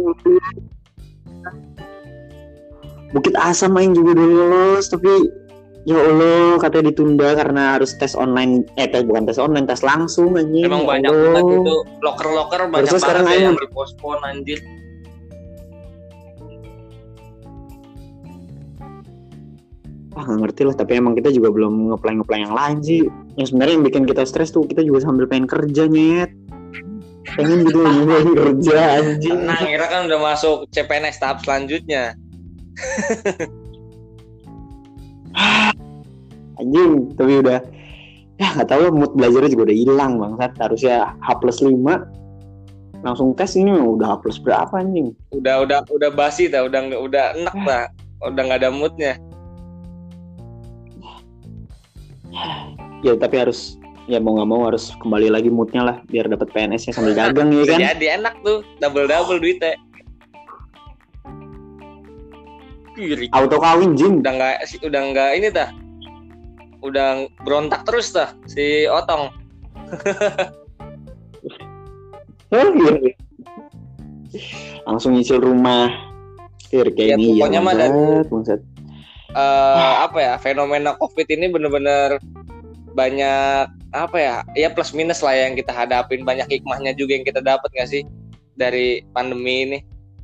Bukit Asam aing juga udah lulus tapi ya Allah katanya ditunda karena harus tes online eh tes bukan tes online tes langsung anjing. Emang ya banyak banget itu loker-loker banyak banget sekarang yang dipospon anjir. Wah nggak ngerti lah, tapi emang kita juga belum ngeplay-ngeplay yang lain sih. Yang sebenarnya yang bikin kita stres tuh kita juga sambil pengen kerja nyet. Pengen gitu juga kerja anjing. Nah kira kan udah masuk C P N S tahap selanjutnya. Anjing, tapi udah ya nggak tahu mood belajarnya juga udah hilang bangsat. Harusnya H plus lima langsung tes, ini udah H plus berapa anjing? Udah udah udah basi dah, udah udah enak lah, udah nggak ada moodnya. Ya tapi harus ya mau nggak mau harus kembali lagi moodnya lah biar dapat P N S-nya sambil dagang ya kan. Jadi enak tuh, double double duitnya. Kiri. Auto kawin jing. Udah nggak udah nggak ini dah. Udah berontak terus dah si Otong. Oh, iya. Langsung nyicil rumah. Kayak ya, ini pokoknya ya. Mah dan uh, apa ya, fenomena Covid ini bener-bener banyak apa ya? Ya plus minus lah yang kita hadapin, banyak hikmahnya juga yang kita dapat nggak sih dari pandemi ini?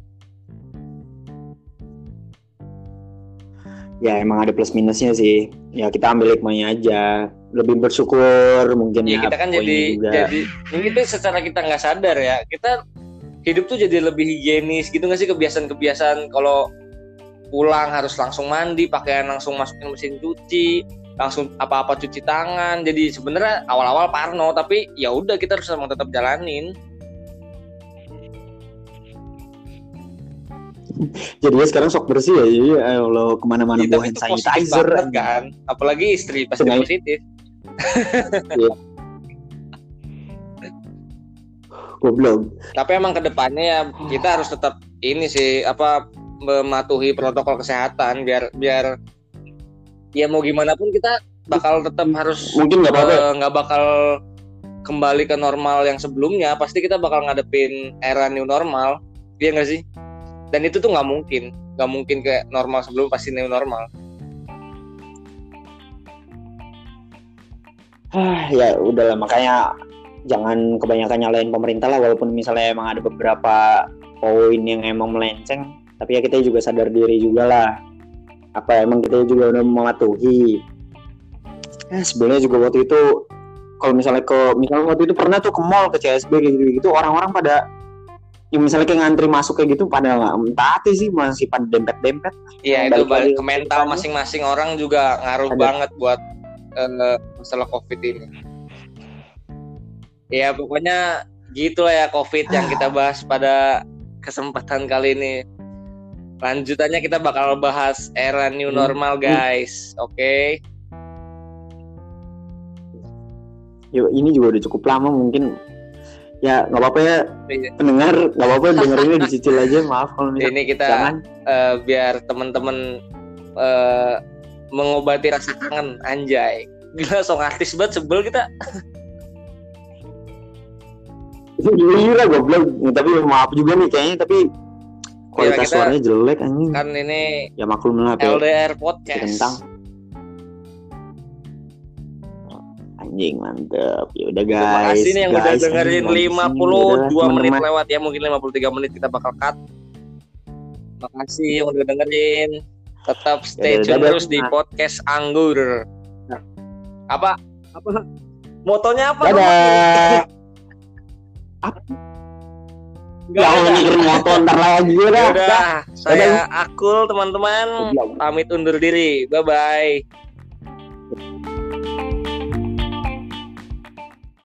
Ya emang ada plus minusnya sih. Ya kita ambil hikmahnya aja. Lebih bersyukur mungkin ya. Ya kita kan jadi juga. jadi ini tuh secara kita nggak sadar ya. Kita hidup tuh jadi lebih higienis gitu nggak sih, kebiasaan-kebiasaan kalau pulang harus langsung mandi, pakaian langsung masukin mesin cuci, langsung apa-apa cuci tangan. Jadi sebenarnya awal-awal parno, tapi ya udah kita harus emang tetap jalanin. Jadinya sekarang sok bersih ya, jadi kalau kemana-mana ya, bawa hand sanitizer kan, apalagi istri pasti Sengaja. Positif. Ya. Goblok. Tapi emang kedepannya ya kita harus tetap ini sih apa mematuhi protokol kesehatan biar biar ya mau gimana pun kita bakal tetap harus mungkin nggak apa-apa nggak uh, bakal kembali ke normal yang sebelumnya, pasti kita bakal ngadepin era new normal, iya nggak sih? Dan itu tuh nggak mungkin, nggak mungkin kayak normal sebelum, pasti new normal. Ah ya udahlah, makanya jangan kebanyakan nyalain pemerintah lah, walaupun misalnya emang ada beberapa poin yang emang melenceng, tapi ya kita juga sadar diri juga lah. Apa emang kita juga udah mematuhi. Ya sebenarnya juga waktu itu kalau misalnya ke misalnya waktu itu pernah tuh ke mall, ke C S B gitu gitu, orang-orang pada ya misalnya kayak ngantri masuk kayak gitu pada nggak mentati sih, masih pada dempet-dempet. Iya itu balik ke mental masing-masing orang juga ngaruh ada. Banget buat uh, masalah Covid ini. Ya pokoknya gitulah ya Covid yang kita bahas pada kesempatan kali ini. Lanjutannya kita bakal bahas era new normal guys, oke? Okay? Yo ini juga udah cukup lama mungkin. Ya nggak apa-apa ya iya. Pendengar, nggak apa-apa dengerinnya dicicil aja, maaf kalau misalnya. Ini kita uh, biar teman-teman uh, mengobati rasa kangen, anjay. Gila song artis banget, sebel kita. Gila goblok, tapi maaf juga nih kayaknya, tapi kualitas ya, kita, suaranya jelek anjing. Kan ini ya maklum lah L D R podcast. Tentang anjing mantep. Ya udah guys. Terima kasih nih yang guys, udah dengerin lima puluh dua menit teman-teman. Lewat ya, mungkin lima puluh tiga menit kita bakal cut. Makasih yang udah dengerin. Tetap stay tune terus di podcast Anggur. Apa? Apa? Motonya apa? Dadah. Apa? Gak mau mikir moto ntar lagi udah. Udah, saya Akul teman-teman. Pamit undur diri. Bye bye.